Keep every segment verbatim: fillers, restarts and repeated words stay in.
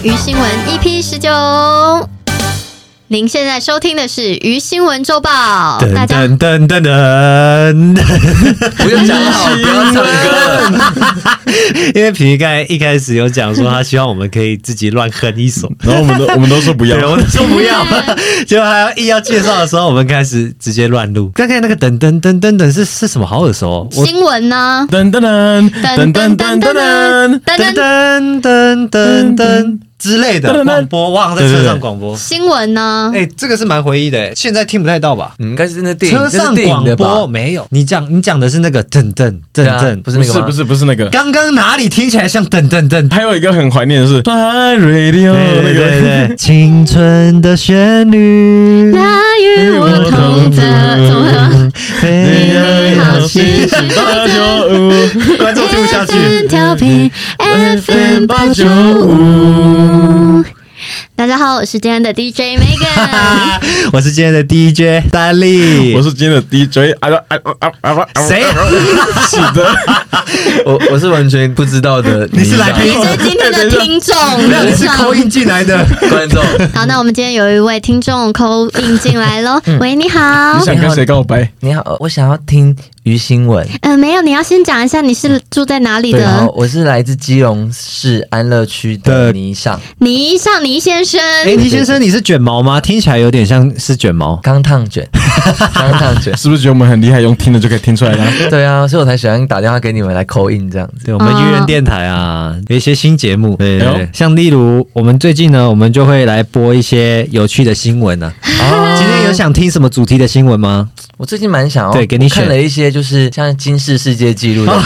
鱼新闻 E P 十九。您现在收听的是鱼新闻周报。大家噔噔噔噔， 不用讲好，不要唱歌。 因为皮盖一开始有讲说他希望我们可以自己乱哼一首， 然后我们都我们都说不要， 对，我们说不要，结果还要硬要介绍的时候，我们开始直接乱录。刚才那个噔噔噔噔噔是是什么？好耳熟哦！ 新闻呢？ 噔噔噔噔噔噔噔噔噔噔噔噔噔之类的广播，忘了在车上广播。 新闻呢？ 哎，这个是蛮回忆的，现在听不太到吧？ 嗯，应该是那电影， 车上广播没有。你讲你讲的是那个噔噔噔噔， 不是那个吗？ 不是不是不是那个。 刚刚哪里听起来像噔噔噔？ 还有一个很怀念的是 Fly Radio 那个， 对对对，青春的旋律， 那与我同在，怎么了？ 美好心情八九五， 观众听不下去。 调频 F M 八九五。大家好，我是今天的 D J Megan， 我是今天的 D J 丹丽， 我是今天的 D J 啊啊啊啊啊！ 谁？ 是的， 我我是完全不知道的。 你是来宾， 你是今天的听众， 没有，你是call in进来的观众。 好，那我们今天有一位听众call in进来咯。喂，你好。 你想跟谁告白？ 你好，我想要听鱼新闻。 呃，没有，你要先讲一下你是住在哪里的？ 好，我是来自基隆市安乐区的倪尚。 倪尚，倪先生。 哎，倪先生，你是卷毛吗？听起来有点像是卷毛。 刚烫卷，刚烫卷， 是不是觉得我们很厉害，用听的就可以听出来了？ 对啊，所以我才喜欢打电话给你们来 call in 这样子。 对，我们渔人电台啊，有一些新节目，对对对，像例如我们最近呢，我们就会来播一些有趣的新闻呢。哦，今天有想听什么主题的新闻吗？ 我最近蛮想要， 对，给你选看了一些就是像金氏世界纪录的。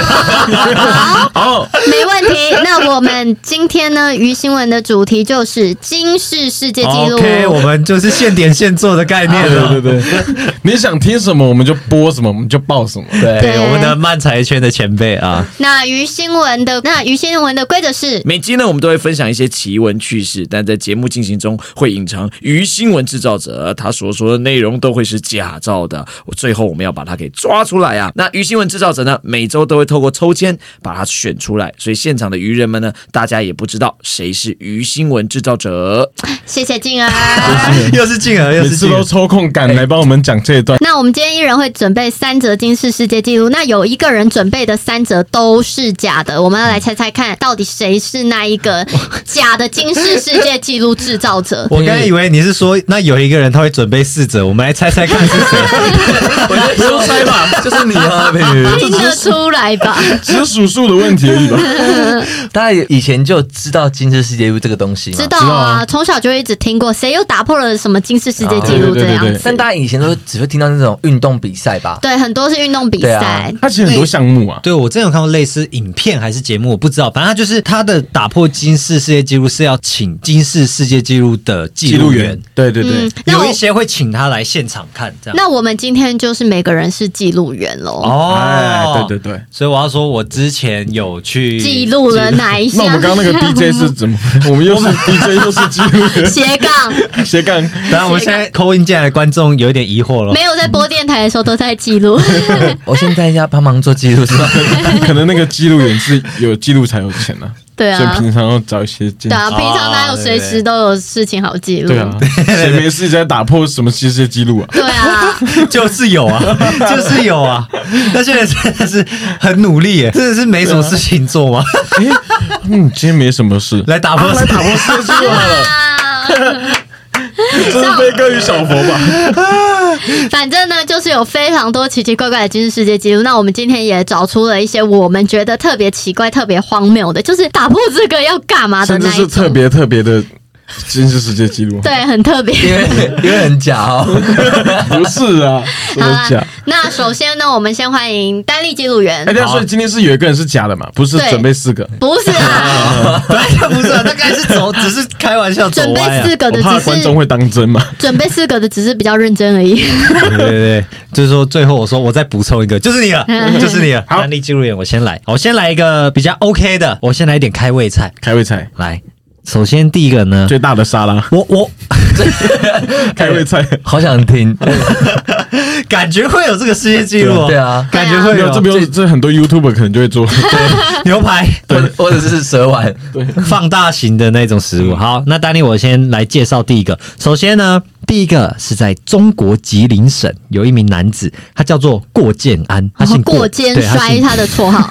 好，没问题。那我们今天呢，鱼新闻的主题就是金氏世界纪录。 OK， 我们就是现点现做的概念了。 对对对，你想听什么我们就播什么，我们就报什么。 对，对我们的漫才圈的前辈啊。 那鱼新闻的那鱼新闻的规则是， 每集呢我们都会分享一些奇闻趣事，但在节目进行中会隐藏鱼新闻制造者他所说的内容都会是假造的，我最后我们要把它给抓出来啊！那鱼新闻制造者呢，每周都会透过抽签把它选出来，所以现场的鱼人们呢，大家也不知道谁是鱼新闻制造者。 谢谢静儿， 又是静儿，又是静儿， 每次都抽空赶来帮我们讲这一段。 那我们今天一人会准备三则金氏世界纪录，那有一个人准备的三则都是假的，我们要来猜猜看，到底谁是那一个假的金氏世界纪录制造者？ 我刚才以为你是说，那有一个人他会准备四则，我们来猜猜看是谁。 我觉得不用猜吧，就是你啊，美女， 听得出来吧？ 只是数数的问题而已吧。 大家以前就知道金氏世界纪录这个东西吗？ 知道啊，从小就一直听过，谁又打破了什么金氏世界纪录这样子。 但大家以前都只会听到那种运动比赛吧？ 对，很多是运动比赛。 它其实很多项目啊。 对，我之前有看过类似影片还是节目，我不知道，反正他就是他的打破金氏世界纪录是要请金氏世界纪录的纪录员。 对对对， 有一些会请他来现场看这样。 那我们今天就是每个人是记录员喽。 哦， 对对对， 所以我要说，我之前有去记录了哪一项？ 那我们刚刚那个 D J 是怎么？我们又是 D J 又是记录员， 斜杠斜杠。 当然，我们现在 call in 进来的观众有一点疑惑了。 没有在播电台的时候都在记录。 我现在要帮忙做记录是吧？ 可能那个记录员是有记录才有钱啊。 对啊， 所以平常要找一些兼职。 对啊，平常哪有随时都有事情好记录？ 对啊，谁没事在打破什么世界纪录啊？ 对啊， 就是有啊，就是有啊。他现在真的是很努力耶，真的是没什么事情做吗？ 哎，嗯，今天没什么事， 来打破来打破世界纪录好了。这是飞哥与小佛吧？ 反正呢，就是有非常多奇奇怪怪的金氏世界纪录。那我们今天也找出了一些我们觉得特别奇怪、特别荒谬的，就是打破这个要干嘛的那一种， 甚至是特别特别的金氏世界纪录。 对，很特别， 因为因为很假哦。 不是啊， 好啦，那首先呢，我们先欢迎单立记录员。 哎，所以今天是有一个人是假的嘛？不是准备四个？ 不是啊， 不是啊，大概是走，只是开玩笑走准备四个的， 我怕观众会当真嘛。 准备四个的只是比较认真而已。 对对对，就是说最后我说我再补充一个，就是你了，就是你了。好，单立记录员，我先来，我先来一个比较 OK 的，我先来一点开胃菜。 开胃菜， 来。 首先第一个呢， 最大的沙拉， 我我开胃菜， 好想听。 感觉会有这个世界纪录哦。 对啊， 感觉会有。 没有这边这很多 YouTuber 可能就会做。 对，牛排， 或者或者是蛇丸， 对， 放大型的那种食物。好，那丹尼，我先来介绍第一个。首先呢，第一个是在中国吉林省有一名男子，他叫做过建安，他姓过肩摔，他的绰号。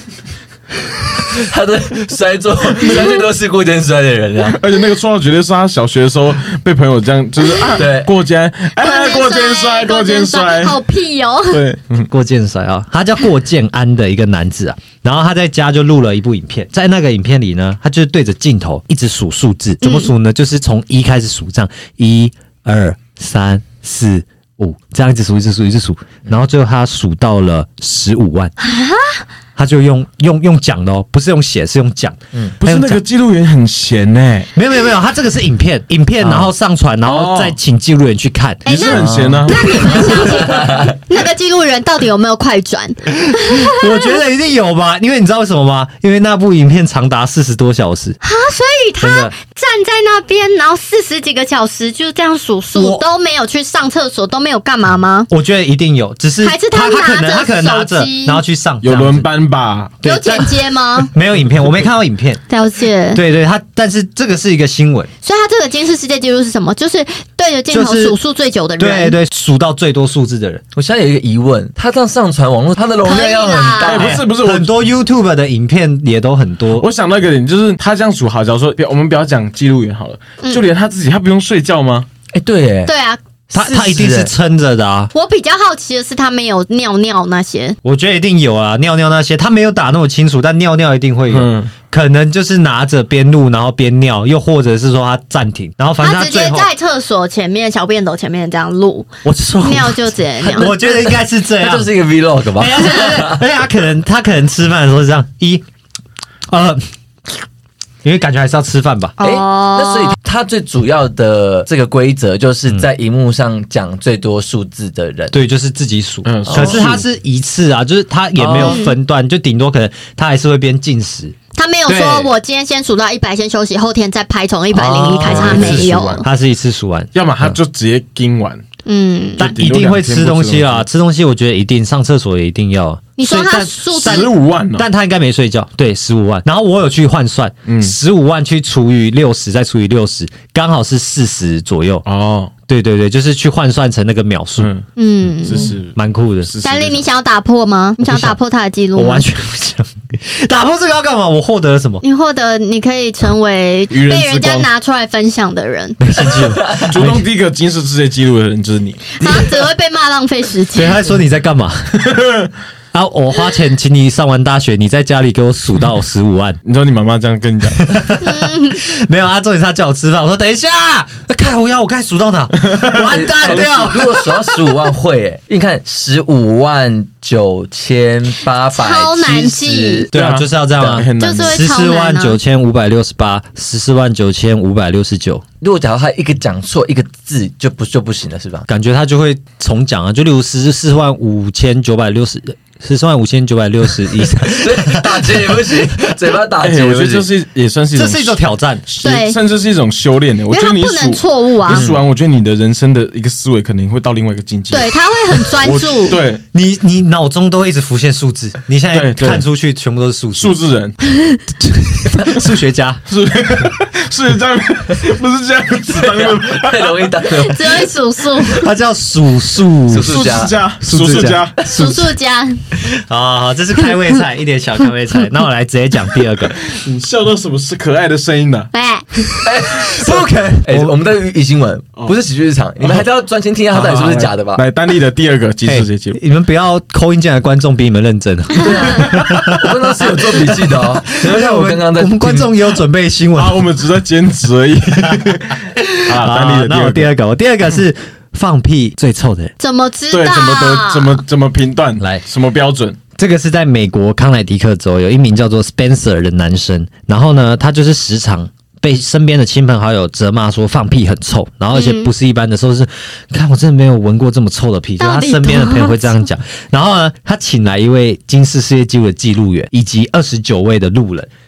他的摔座摔最多是过肩摔的人啊， 而且那个绰号绝对是他小学的时候被朋友这样，就是啊， 对， 过肩，哎，过肩摔，过肩摔， 好屁哦。 对， 嗯，过肩摔啊，他叫过建安的一个男子啊，然后他在家就录了一部影片，在那个影片里呢，他就是对着镜头一直数数字，怎么数呢？就是从一开始数，这样一二三四五，这样一直数，一直数，一直数，然后最后他数到了十五万。他就用用用讲的哦，不是用写，是用讲。嗯， 不是那个记录员很闲呢、欸。 没有没有没有，他这个是影片，影片然后上传，然后再请记录员去看。 你是很闲啊？ 那你们相信那个记录员到底有没有快转？ 我觉得一定有吧，因为你知道为什么吗？因为那部影片长达四十多小时啊，所以他站在那边，然后四十几个小时就这样数数，都没有去上厕所，都没有干嘛吗？ 我觉得一定有，只是还是他他可能他可能拿着，然后去上， 有轮班吧？ 有剪接吗？ 没有影片，我没看到影片。 了解。 对对，他但是这个是一个新闻， 所以他这个金氏世界纪录是什么？就是对着镜头数数最久的人， 对对，数到最多数字的人。 我现在有一个疑问，他这样上传网络，他的容量要很大、 欸。不是不是， 很多 YouTube 的影片也都很多。 我想到一个点，就是他这样数好，假如说我们不要讲记录员好了，嗯、就连他自己，他不用睡觉吗？ 哎、欸，对耶， 对啊。 他他一定是撑着的啊！ 我比较好奇的是，他没有尿尿那些。 我觉得一定有啊，尿尿那些他没有打那么清楚，但尿尿一定会有。嗯，可能就是拿着边录，然后边尿，又或者是说他暂停，然后反正他直接在厕所前面、小便斗前面这样录。 我说尿就直接尿。 我觉得应该是这样， 这就是一个 vlog 吧？ 而且他可能他可能吃饭的时候是这样一呃。因为感觉还是要吃饭吧。 哎、欸，那所以他最主要的这个规则就是在荧幕上讲最多数字的人， 嗯、对，就是自己数。 嗯， 可是他是一次啊，就是他也没有分段，哦、就顶多可能他还是会边进食。 他没有说我今天先数到一百，先休息，后天再拍从一百零一开始，他没有。 他是一次数完， 要么他就直接盯完。 嗯， 但一定会吃东西啊！吃东西，我觉得一定上厕所也一定要。 你说他数十五万呢？ 但他应该没睡觉。对，十五万。然后我有去换算，十五万去除以六十，再除以六十，刚好是四十左右。 哦， 对对对，就是去换算成那个秒数。 嗯， 这是蛮酷的。 丹妮，你想要打破吗？你想要打破他的记录吗？ 我完全不想。打破这个要干嘛？我获得了什么？ 你获得你可以成为被人家拿出来分享的人。 没兴趣。 主动第一个金氏世界纪录的人就是你。 他只会被骂浪费时间。 对，他说你在干嘛？啊！我花钱请你上完大学，你在家里给我数到十五万。 你说你妈妈这样跟你讲？ 没有啊，重点是他叫我吃饭，我说等一下，看我要我该数到哪？完蛋掉！ 如果数到十五万会诶，你看十五万九千八百， 超难记。 对啊，就是要这样啊， 就是十四万九千五百六十八，十四万九千五百六十九。 如果假如他一个讲错一个字就不就不行了，是吧？ 感觉他就会重讲啊，就例如十四万五千九百六十。十四万五千九百六十一， 打结也不行，嘴巴打结、欸， 我觉得这是也算是一种， 这是一种挑战， 对， 甚至是一种修炼的。我觉得你不能错误啊！ 你数完，我觉得你的人生的一个思维可能会到另外一个境界。 对，他会很专注。 对你，你脑中都会一直浮现数字。你现在看出去全部都是数字， 数字人， 数学家， 数数学家不是这样子当的， 太容易当了。 只会数数， 他叫数数数家，数数家， 数数家。 好好，这是开胃菜，一点小开胃菜。那我来直接讲第二个。 你笑到什么是可爱的声音呢？ 哎， 不可能！ 哎，我们的娱新闻不是喜剧日常，你们还是要专心听一下，它到底是不是假的吧？ 来，丹妮的第二个金氏世界纪录， 你们不要扣音进来，观众比你们认真。 我刚刚是有做笔记的哦。你们看我刚刚在， 我们观众也有准备新闻啊，我们只在兼职而已。啊，丹妮的那我第二个，我第二个是放屁最臭的人， 怎么知道？ 对，怎么得？怎么怎么评断？ 来， 什么标准？ 这个是在美国康乃狄克州有一名叫做 Spencer 的男生，然后呢，他就是时常被身边的亲朋好友责骂说放屁很臭，然后而且不是一般的时候是，看我真的没有闻过这么臭的屁，就他身边的朋友会这样讲。然后呢，他请来一位金氏世界纪录的记录员以及二十九位的路人，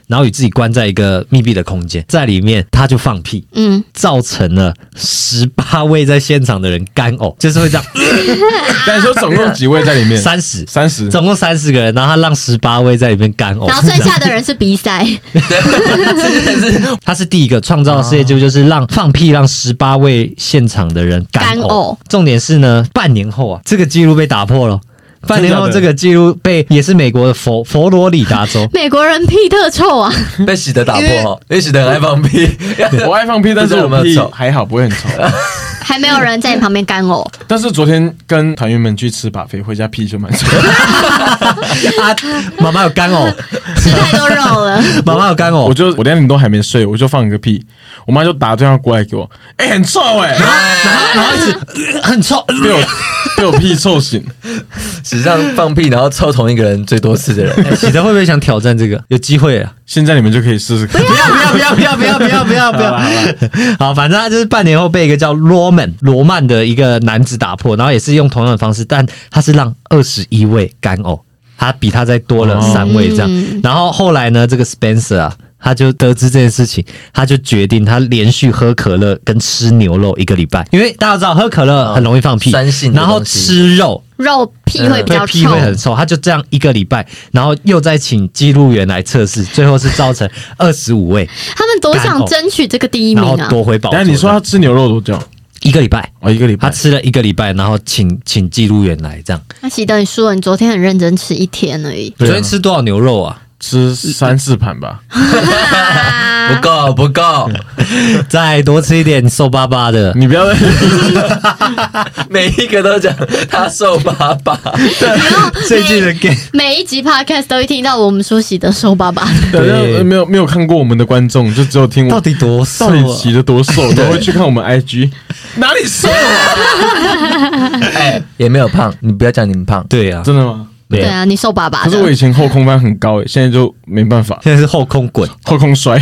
然后与自己关在一个密闭的空间，在里面他就放屁， 嗯， 造成了十八位在现场的人干呕，就是会这样。 但你说总共几位在里面？ 三十， 三十， 总共三十个人，然后他让十八位在里面干呕， 然后剩下的人是比赛， 他是第一个创造的世界纪录，就是让放屁让十八位现场的人干呕。 干呕重点是呢，半年后啊，这个纪录被打破了。半年后，这个记录被也是美国的佛佛罗里达州， 美国人屁特臭啊， 被喜德打破哈，因为喜德很爱放屁， 我爱放屁，但是我屁还好，不会很臭。 还没有人在你旁边干呕。 但是昨天跟团员们去吃把费，回家屁就蛮臭。 啊，妈妈有干呕， 吃太多肉了。 妈妈有干呕， 我就我连你都还没睡，我就放一个屁，我妈就打电话过来给我，哎、欸，很臭哎、欸， 然后一直很臭， 被我被我屁臭醒。 史上放屁然后臭同一个人最多次的人， 喜德会不会想挑战这个？有机会啊！ 现在你们就可以试试看。 不要不要不要不要不要不要不要不要！好，反正他就是半年后被一个叫罗曼罗曼的一个男子打破，然后也是用同样的方式，但他是让二十一位干呕，他比他再多了三位这样。 嗯、 然后后来呢，这个 Spencer 啊。他就得知这件事情，他就决定他连续喝可乐跟吃牛肉一个礼拜，因为大家知道喝可乐很容易放屁， 酸性， 然后吃肉肉屁会比较臭， 屁会很臭。他就这样一个礼拜，然后又再请记录员来测试，最后是造成二十五位。 他们多想争取这个第一名啊！ 然后夺回宝座。 但你说他吃牛肉多久？ 一个礼拜哦，一个礼拜， 他吃了一个礼拜，然后请请记录员来这样。 那喜德，你输了，你昨天很认真吃一天而已。 昨天吃多少牛肉啊？ 吃三四盘吧， 不够不够， 再多吃一点瘦巴巴的。 你不要再每一个都讲他瘦巴巴。 对，最近的 game 每一集 podcast 都会听到我们说喜德瘦巴巴的。 对，没有没有看过我们的观众，就只有听我到底多瘦、啊， 到底骑得多瘦，都会去看我们 I G 哪里瘦啊？ 哎，也没有胖，你不要讲你们胖。 对啊， 真的吗？ 对啊，你瘦巴巴的。 可是我以前后空翻很高诶，现在就没办法， 现在是后空滚， 后空摔。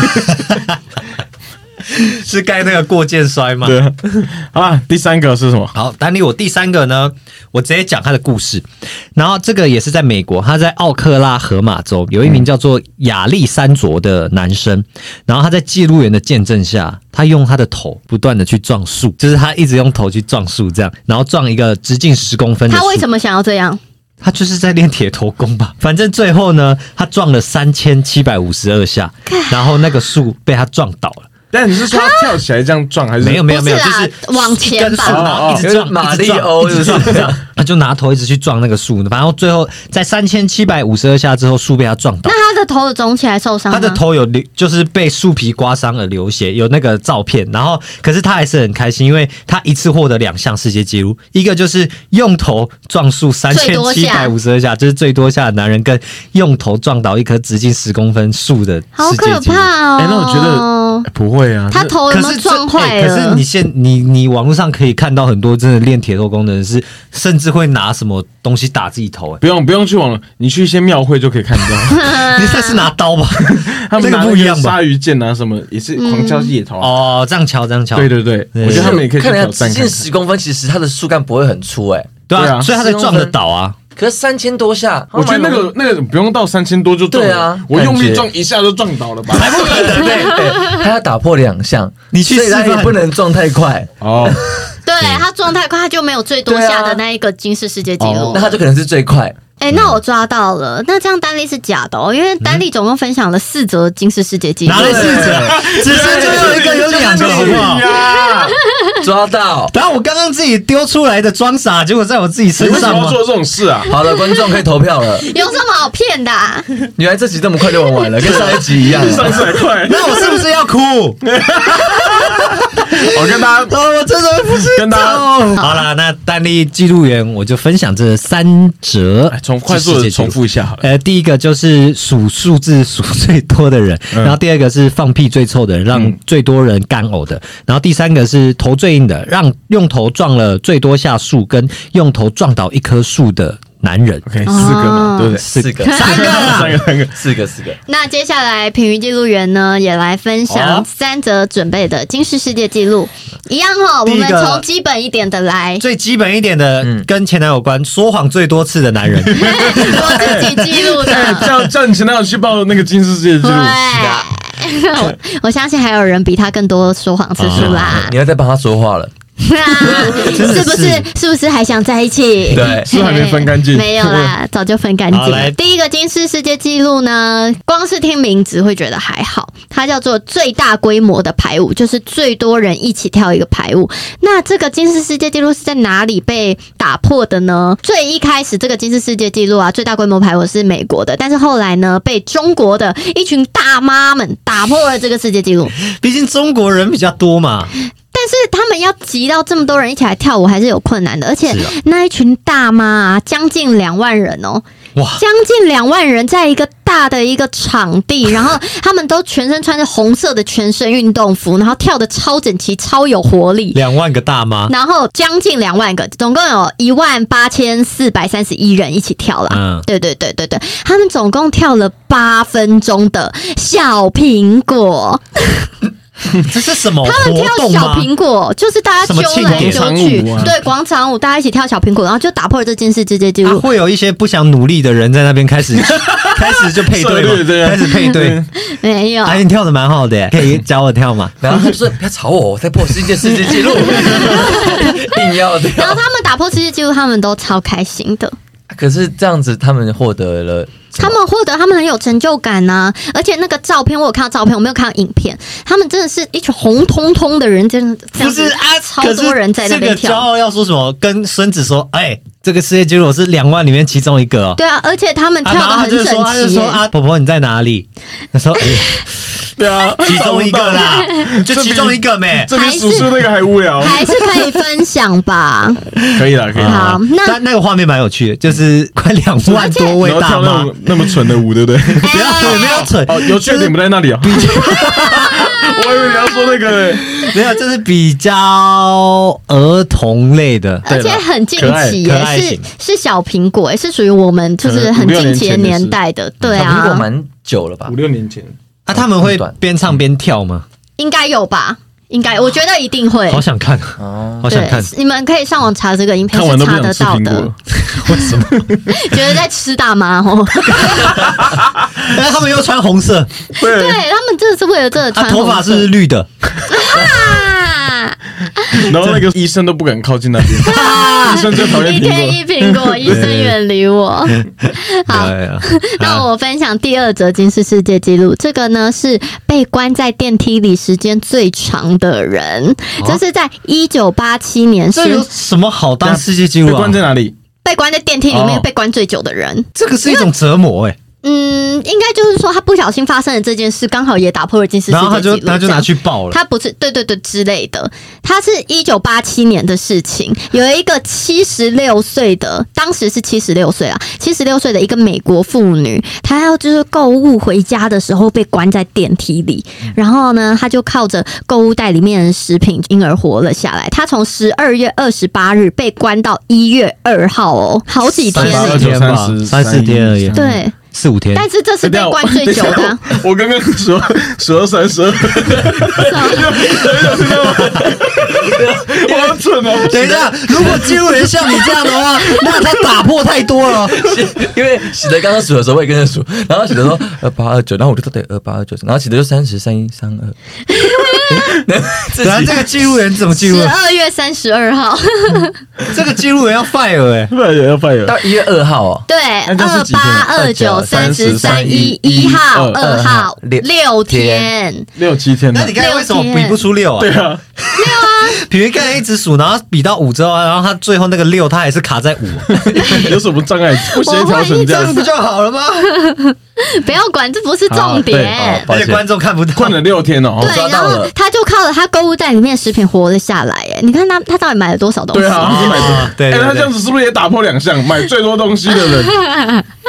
是该那个过肩摔吗？ 对，好啦，第三个是什么？ 好，丹尼，我第三个呢，我直接讲他的故事。然后这个也是在美国，他在奥克拉荷马州有一名叫做亚历山卓的男生，然后他在记录员的见证下，他用他的头不断的去撞树，就是他一直用头去撞树，这样，然后撞一个直径十公分的树。 他为什么想要这样？ 他就是在练铁头功吧，反正最后呢，他撞了三千七百五十二下，然后那个树被他撞倒了。 但你是说他跳起来这样撞，还是没有没有没有， 不是就是往前吧， 然后一直撞， 马里欧一直撞，这样，他就拿头一直去撞那个树，然后最后在三千七百五十二下之后，树被他撞倒。 那他的头有肿起来受伤吗？ 他的头有流，就是被树皮刮伤而流血，有那个照片。然后，可是他还是很开心，因为他一次获得两项世界纪录，一个就是用头撞树三千七百五十二下，就是最多下的男人，跟用头撞倒一棵直径十公分树的世界纪录。 好可怕哦！ 哎、欸，那我觉得、欸、不会啊， 他头有没有撞坏了？ 可是你现你你网络上可以看到很多真的练铁头功的人是，甚至会拿什么东西打自己头、欸。 不用不用去网了，你去一些庙会就可以看到。 你那是拿刀吧？ 他们拿不一样吧？ 鲨鱼剑啊，什么也是狂敲野头、啊嗯、哦，这样敲，这样敲。 对对对，我觉得他们也可以去挑战看看。 直径十公分，其实它的树干不会很粗哎、欸。 对啊，所以他才撞得倒啊。 可是三千多下， 我觉得那个那个不用到三千多就撞了。 对啊， 我用力撞一下就撞倒了吧？ 还不可能对对，他要打破两项， 你去示范也不能撞太快哦。 对他撞太快，他就没有最多下的那一个金氏世界纪录、 哦，那他就可能是最快。 哎、欸，那我抓到了，那这样丹利是假的哦，因为丹利总共分享了四则金氏世界纪录， 哪来四则？只剩最后一个有两个，好不好？ 抓到！ 然后我刚刚自己丢出来的装傻，结果在我自己身上吗？ 你为什么要做这种事啊？ 好的，观众可以投票了。 有什么好骗的、啊？ 原来这集这么快就玩完了，跟上一集一样， 上次还快。 那我是不是要哭？ 我跟大家， 哦、我真的不是跟大家。 好啦，那丹利记录员我就分享这三则， 从快速的重复一下好了。 呃，第一个就是数数字数最多的人，嗯、然后第二个是放屁最臭的人，让最多人干呕的，然后第三个是头最硬的，让用头撞了最多下树跟用头撞倒一棵树的男人。 OK， 四个嘛，对不对？ 四个， 三个，三个，三个， 四个，四个。 那接下来品鱼记录员呢，也来分享哦三则准备的金氏世界纪录，一样哈、哦，我第一个们从基本一点的来。 最基本一点的， 嗯跟前男友有关，说谎最多次的男人。 我自己记录的， 叫叫你前男友去报那个金氏世界纪录。 对，我我相信还有人比他更多说谎次数啦。 你要再帮他说话了。 是不是？是不是还想在一起？ 对是不是还没分干净？ 没有啦，早就分干净好来了。第一个金氏世界纪录呢，光是听名字会觉得还好，它叫做最大规模的排舞，就是最多人一起跳一个排舞。那这个金氏世界纪录是在哪里被打破的呢？最一开始这个金氏世界纪录啊，最大规模排舞是美国的，但是后来呢，被中国的一群大妈们打破了这个世界纪录。 毕竟中国人比较多嘛。 但是他们要集到这么多人一起来跳舞，还是有困难的。而且是啊那一群大妈啊，将近两万人哦， 哇， 将近两万人在一个大的一个场地，然后他们都全身穿着红色的全身运动服，然后跳得超整齐、超有活力。 两万个大妈。 然后将近两万个，总共有一万八千四百三十一人一起跳啦。 嗯对对对对对，他们总共跳了八分钟的小苹果。 这是什么他们跳小活动吗？ 苹果，就是大家什么揪来庆揪去， 典广场舞啊对广场舞，大家一起跳小苹果，然后就打破了这件事世界纪啊， 录。 会有一些不想努力的人在那边开始开始就配对策略对嘛， 啊开始配对。 没有， 哎，你跳的蛮好的耶，可以教我跳吗？ 然后他就说：“不要吵我，我在破世界世界纪录。”硬要的。 然后他们打破世界纪录，他们都超开心的。 可是这样子，他们获得了他们获得，他们很有成就感呐、而且那个照片我有看到照片，我没有看到影片。他们真的是一群红彤彤的人，真的这样子不是啊， 超多人在那边可是这个骄跳。 傲要说什么？跟孙子说，哎，这个世界纪录我是两万里面其中一个哦。 对啊，而且他们啊， 跳然后他的很整就说，他就齐耶、 说啊，婆婆你在哪里？他说，哎， 对啊， 其中一个啦，就其中一个没。 这比数数那个还无聊。 还是可以分享吧。 可以啦，可以啦。 好，那但那个画面蛮有趣的，就是快两万多位大然后跳那妈， 种那么蠢的舞，对不对？ 不要对，没有蠢哦，有缺点不在那里啊。我以为你要说那个嘞。 没有，这是比较儿童类的， 而且很近可爱期耶、是可爱型是小苹果、耶，是属于我们就是很近期的年代的，对小苹果啊， 蛮久了吧五？六年前， 啊，他们会边唱边跳吗？ 应该有吧？应该，我觉得一定会。 好想看， 哦， 好想看对，，你们可以上网查这个影片看完是查得都不想吃到的苹果。。 为什么？ 觉得在吃大麻哦。 但是他们又穿红色， 对对， 他们真的是为了这个他穿红色。 头发是不是绿的， 啊！ 然后那个医生都不敢靠近那边，医生最讨厌一天苹果。 一苹果，医生远离我。好， 对啊， 那我分享第二则金氏世界纪录，这个呢是被关在电梯里时间最长的人，这是在一九八七年这有是什么好当世界纪被录啊关？在哪里？ 被关在电梯里面哦被关最久的人。 这个是一种折磨哎， 嗯，应该就是说他不小心发生了这件事，刚好也打破了金氏世然后他就界纪录。 他就拿这样去报了， 他不是对对对之类的，他是一九八七年的事情，有一个七十六岁的，当时是七十六岁啊，七十六岁的一个美国妇女，她要就是购物回家的时候被关在电梯里，然后呢，她就靠着购物袋里面的食品，因而活了下来。她从十二月二十八日被关到一月二号哦，好几天三呢、 十天吧三十三四天而已三对， 四五天， 但是这是被关最久的啊、 我我刚刚说十二三十二，我好蠢哦！ 等一下，如果记录员像你这样的话，那他打破太多了。 因为喜德刚刚数的时候，我也跟着数，然后喜德说二八二九，然后我就说对二八二九，然后喜德就三十三一三二。 然后这个记录员怎么记录十？二月三十二号， 这个记录员要 fire 哎， 不然要 fire。 到一月二号哦， 对， 那这二是几天八二九三十三一一号二二号六六天， 六七天了那你，刚才为什么比不出六啊？ 对啊， 品瑜刚才一直数，然后比到五之后，然后他最后那个六，他还是卡在五， 有什么障碍？不协调成这样子， 这样不就好了吗？ 不要管，这不是重好对点。 抱歉而且观众看不到， 困了六天哦。 对，然后抓到了他就靠了他购物袋里面的食品活了下来。哎，你看他他到底买了多少东西？ 对啊，他是买哦对对哎，他这对样子是不是也打破两项？买最多东西的人，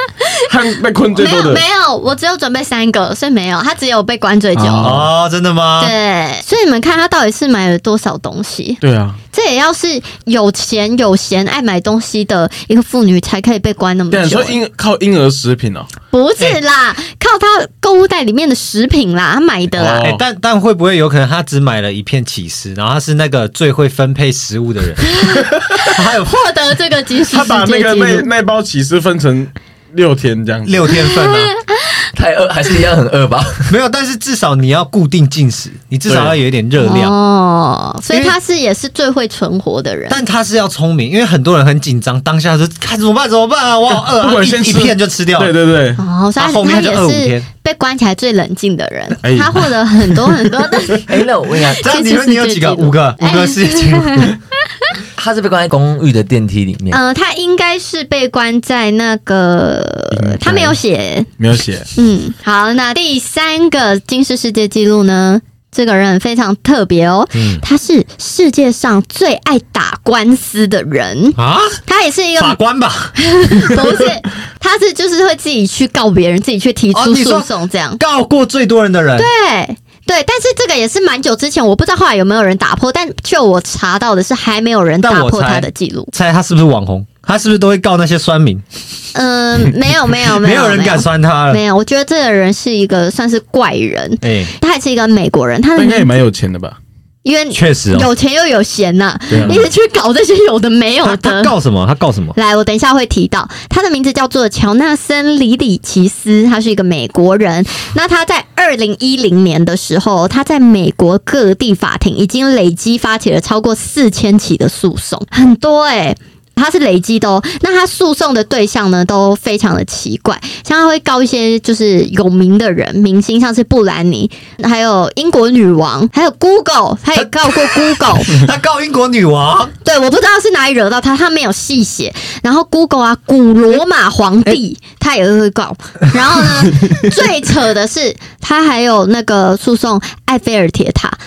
和被困最没有多的。 没有，我只有准备三个，所以没有，他只有被关最久。 哦，真的吗？ 对，所以你们看他到底是买了多少东西？ 对啊， 这也要是有钱有闲爱买东西的一个妇女才可以被关那么对啊，你久。 说婴靠婴儿食品哦， 不是啦，靠他购物袋里面的食品啦，他买的啦。 哦哎、但但会不会有可能他只买了一片起司，然后他是那个最会分配食物的人？还有获得这个吉士他把世界纪那个那录。 那包起司分成六天这样子。 六天份啊？ 太饿还是一样很饿吧？ 没有，但是至少你要固定进食，你至少要有一点热量。 哦，所以他是也是最会存活的人。 但他是要聪明，因为很多人很紧张，当下是看怎么办怎么办啊，我好饿、啊，一不管先吃一片就吃掉了。 对对对， 哦，所以他后面他就饿五也是天被关起来最冷静的人。 哎他获得很多很多的。 哎、那我问一下， 这样你你有几个？五个，五个世界纪录。 他是被关在公寓的电梯里面， 呃，他应该是被关在那个应该， 他没有写。 没有写。 嗯，好，那第三个金氏世界纪录呢？这个人非常特别哦， 嗯他是世界上最爱打官司的人， 啊， 他也是一个法官吧？ 不是，他是就是会自己去告别人，自己去提出诉哦你说讼这样。 告过最多人的人。 对对，但是这个也是蛮久之前，我不知道后来有没有人打破，但就我查到的是还没有人打破他的记录。 猜他是不是网红？他是不是都会告那些酸民？ 嗯、没有没有没有， 没有人敢酸他了。 没有，我觉得这个人是一个算是怪人， 哎， 他还是一个美国人，他的名他应该也蛮有钱的吧？ 因为确实哦。 有钱又有闲呐、 对啊一直去搞这些有的没有他他的。 告什么？他告什么？ 来，我等一下会提到他的名字叫做乔纳森·里里奇斯，他是一个美国人。那他在二零一零年的时候，他在美国各地法庭已经累积发起了超过四千起的诉讼，很多哎、欸。他是累积的哦，那他诉讼的对象呢都非常的奇怪，像他会告一些就是有名的人、明星，像是布兰妮，还有英国女王，还有 Google， 他也告过 Google。 他告英国女王。 对，我不知道是哪里惹到他，他没有细写。然后 Google 啊，古罗马皇帝、他也会告。然后呢，最扯的是他还有那个诉讼埃菲尔铁塔。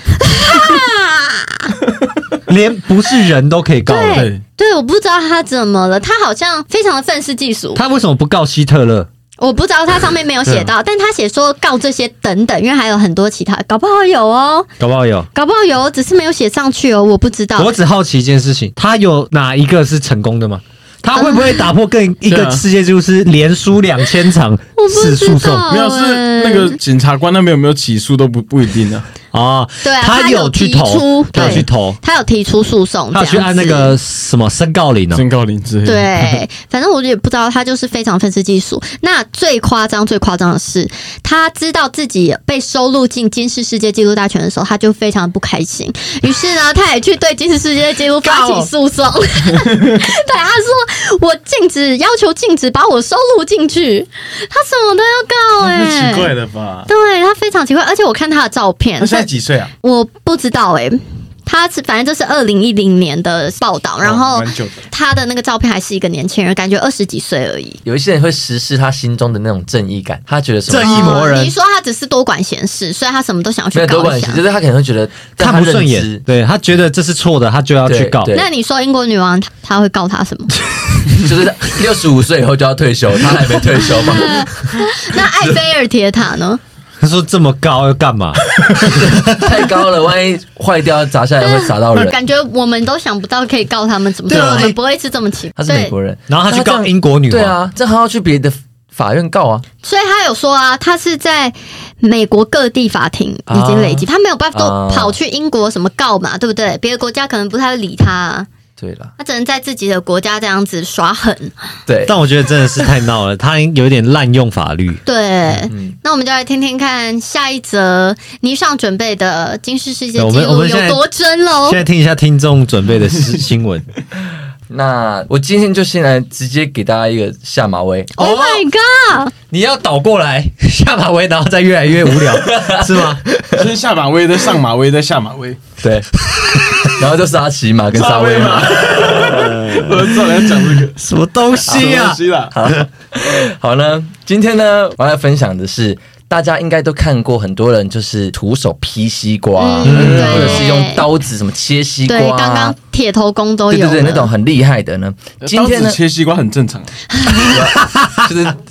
连不是人都可以告了。 对对，我不知道他怎么了，他好像非常的愤世嫉俗。 他为什么不告希特勒？ 我不知道他上面没有写到，但他写说告这些等等，因为还有很多其他，搞不好有哦， 搞不好有。 搞不好有，只是没有写上去哦，我不知道。 我只好奇一件事情，他有哪一个是成功的吗？他会不会打破更一个世界纪录，是连输两千场是诉讼？ 哦没有，是那个检察官那边有没有起诉都不不一定啊。 哦， 对啊， 他有去投提出，， 他有对去投， 他有提出诉讼， 他有去按那个什么申告铃呢？ 申告铃之类的。 对，反正我也不知道，他就是非常愤世嫉俗。那最夸张、最夸张的是，他知道自己被收录进吉尼斯世界纪录大全的时候，他就非常不开心。于是呢，他也去对吉尼斯世界纪录发起诉讼。对，他说：“我禁止，要求禁止把我收录进去。”他什么都要告、欸，哎， 太奇怪了吧？ 对他非常奇怪，而且我看他的照片， 他现在几岁啊？ 我不知道哎、欸，他是反正这是二零一零年的报道，然后哦蛮久的他的那个照片还是一个年轻人，感觉二十几岁而已。 有一些人会实施他心中的那种正义感，他觉得什么正义魔人哦你说他只是多管闲事，所以他什么都想要去没有多告一下管闲事，。就是他可能会觉得在他看不顺眼认知， 对他觉得这是错的，他就要去告。 对那你说英国女王她会告他什么？ 就是六十五岁以后就要退休，他还没退休嘛？ 那埃菲尔铁塔呢？ 他说这么高要干嘛？ 太高了，万一坏掉砸下来会砸到人。 感觉我们都想不到可以告他们怎么， 对啊我们不会是这么奇。 他是美国人， 然后他去告英国女王对啊，这还要去别的法院告啊？ 所以他有说啊，他是在美国各地法庭已经累积， 啊他没有办法都啊跑去英国什么告嘛，对不对？别的国家可能不太会理他、啊。 对了， 他只能在自己的国家这样子耍狠。 对， 但我觉得真的是太闹了，他有点滥用法律。 对， 嗯那我们就来听听看下一则倪尚准备的金氏世界纪我们我录们现在有多真喽现。在听一下听众准备的新新闻。 那我今天就先来直接给大家一个下马威。 Oh my god！ 你要倒过来下马威，然后再越来越无聊，是吗？ 先下马威，再上马威，再下马威。 对，然后就是阿奇马跟沙威马。 我知道你要讲这个什么东西啊东？西啦。 好呢，今天呢，我要分享的是。大家应该都看过，很多人就是徒手劈西瓜， 嗯或者是用刀子什么切西瓜、啊。 对，刚刚铁头功都有了。 对对对，那种很厉害的呢。今天呢刀子，切西瓜很正常， 就是随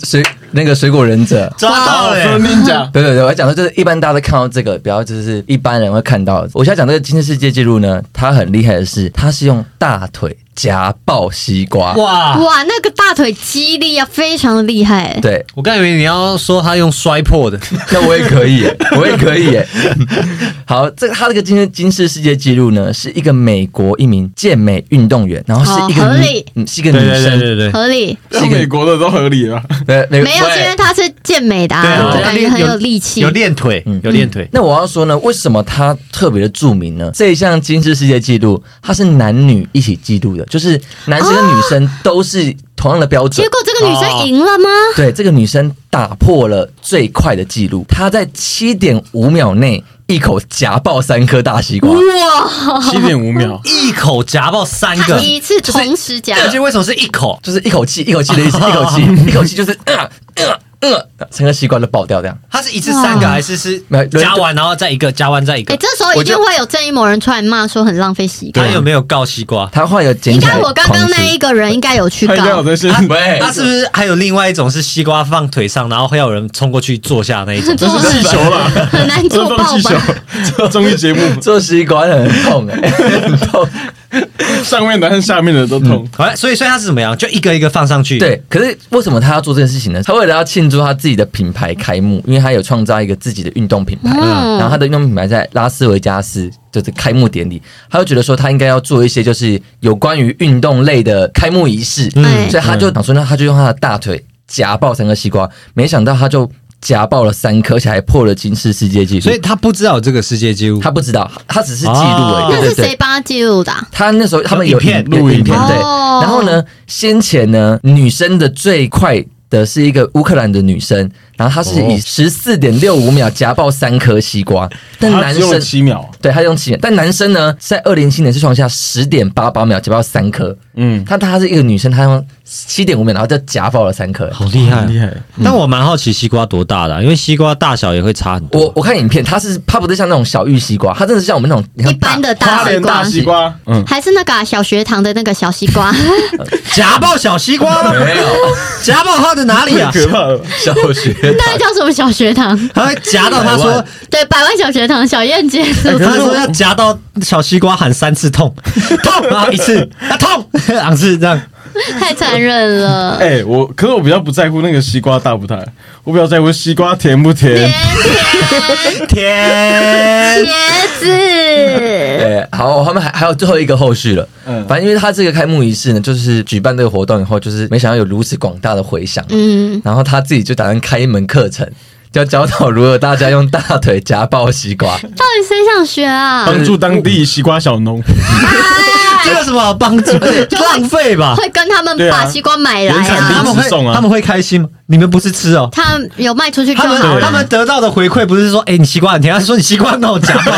那个水果忍者。 抓到了、 说ninja， 对对对，我要讲的就是一般大家都看到这个，不要就是一般人会看到的。我现在讲这个吉尼斯世界纪录呢，它很厉害的是，它是用大腿夹爆西瓜。 哇！ 哇，那个大腿肌力啊，非常的厉害。 对， 我刚以为你要说他用摔破的， 那我也可以耶，我也可以耶。好，这个他这个金金氏世界纪录呢，是一个美国一名健美运动员，然后是一个女哦合理， 嗯，是一个女对对生， 对对对。 合理。 是一个美国的都合理了。 对，美没有，是因为他是健美的对啊， 啊， 就感觉很有力气。 有练腿，有练腿。 那我要说呢，为什么他特别的著名呢？这一项金氏世界纪录，它是男女一起记录的，就是男生跟女生都是同样的标准。 结果这个女生赢了吗？ 对，这个女生打破了最快的纪录，她在七点五秒内一口夹爆三颗大西瓜。 哇， 七点五秒， 一口夹爆三个， 他一次同时夹， 而且为什么是一口？ 就是一口气，一口气的意思，一口气，一口气就是呃呃呃，三颗西瓜都爆掉这样。 它是一次三个还是是没有夹完然后再一个，夹完再一哎、 个？ 这时候一定会有正义某人出来骂说很浪费西瓜他。有没有告西瓜？ 他后来有捡应起来该我刚刚那一个人应该有去他应该有告， 在现他喂他是不是还有另外一种是西瓜放腿上，然后会有人冲过去坐下那一种？ 这是气球啦， 很难这是做爆放气球吧？， 综艺节目做西瓜很痛哎、很痛。 上面的和下面的都痛。 好，所以所以他是怎么样？就一个一个放上去。， 对，可是为什么他要做这件事情呢？他为了要庆祝他自己的品牌开幕，因为他有创造一个自己的运动品牌， 嗯然后他的运动品牌在拉斯维加斯就是开幕典礼，他就觉得说他应该要做一些就是有关于运动类的开幕仪式， 嗯所以他就想说呢，他就用他的大腿夹爆三个西瓜，没想到他就夹爆了三颗，而且还破了金氏世界纪录。 所以他不知道有这个世界纪录。 他不知道，他只是记录而已。 哦那是对对对。 谁帮他记录的啊、 他那时候他们有有影片有录影影片对， 哦然后呢，先前呢，女生的最快的是一个乌克兰的女生，然后她是以十四点六五秒夹爆三颗西瓜，但男他只用了生七秒， 对他用七秒，但男生呢，在二零零七年是创下十点八八秒夹爆三颗， 嗯， 他他是一个女生，她用七点五秒，然后就夹爆了三颗。 好厉害很，厉害。 但我蛮好奇西瓜多大的啊、因为西瓜大小也会差很多。 我我看影片，它是它不是像那种小玉西瓜，它真的是像我们那种你看一般的花大西瓜莲大，西瓜，嗯， 还是那个啊、小学堂的那个小西瓜？ 夹爆小西瓜吗？ 没有夹爆它的哪里啊？ 可怕了。 小学那个叫什么小学堂？ 他会夹到他说百万， 对，百万小学堂小燕姐是不是？ 他说要夹到小西瓜喊三次痛，痛，然后一次啊痛，两次这样。 太残忍了。 哎、我可是我比较不在乎那个西瓜大不大，我比较在乎西瓜甜不甜甜。甜天， 茄子， 对，好，他们还还有最后一个后续了。 嗯反正因为他这个开幕仪式呢，就是举办这个活动以后，就是没想到有如此广大的回响， 嗯， 然后他自己就打算开一门课程，就要教导如何大家用大腿夹爆西瓜。 到底谁想学啊？ 帮助当地西瓜小农， 这有什么好帮助？浪费吧。 会跟他们对啊把西瓜买来原产地啊他。们会直送啊他们会开心吗？你们不是吃哦。 他有卖出去就他们好了。 他们得到的回馈不是说，哎、你西瓜很甜，他说你西瓜很好夹爆。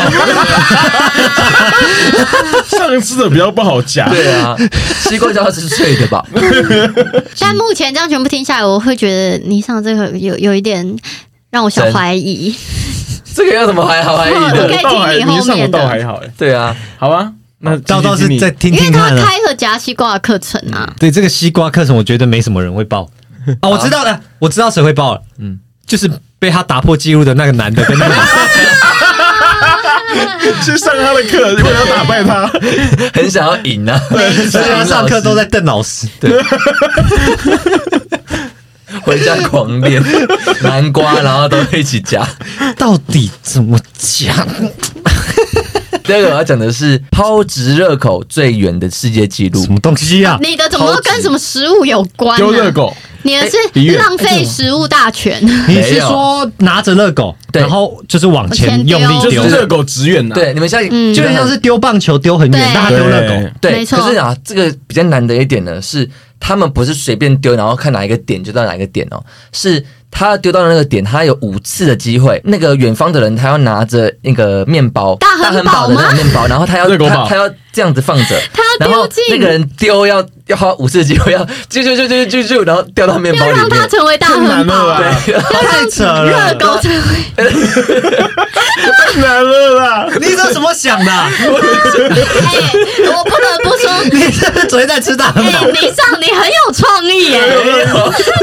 上次的比较不好夹。 对啊，西瓜胶是脆的吧？ 但目前这样全部听下来，我会觉得你上这个有有一点让我小怀疑。 这个有什么还好怀疑我可的？ 以我倒还听你后你上我面的倒还好哎， 对啊， 好啊，那倒倒是继续再听因为他听看啊。 开了夹西瓜的课程啊， 对这个西瓜课程，我觉得没什么人会报啊。我知道了，我知道谁会报了。嗯，就是被他打破纪录的那个男的跟那个女生。 去上他的课，为了要打败他。 很想要赢啊！ 而且他上课都在瞪老师。对， 回家狂练南瓜，然后都一起夹。 到底怎么讲？ 第二个我要讲的是抛掷热狗最远的世界纪录什。么东西啊？ 你的怎么都跟什么食物有关呢？ 丢热狗， 你的比喻是浪费食物大全。 你是说拿着热狗， 对然后就是往前用力丢就是，热狗直远呐。 对，你们现在嗯就像是丢棒球丢很远， 对但他丢热狗。 对， 没错可是啊，这个比较难的一点呢，是他们不是随便丢，然后看哪一个点就到哪一个点哦，是他丢到的那个点，他有五次的机会。那个远方的人，他要拿着那个面包， 大汉堡的那吗个面包，然后他要热狗堡他他要这样子放着， 他要然后丢进那个人丢要要花五次的机会，要啾啾啾啾啾啾，然后掉到面包里要让它面。 成为大太难汉堡， 了啦， 太扯了！ 热狗成为。 太难了啦。 你这怎么想的啊？ 哎，我不得不说， 你是不是昨天在吃大汉哎， 堡？ 你上你很有创意耶！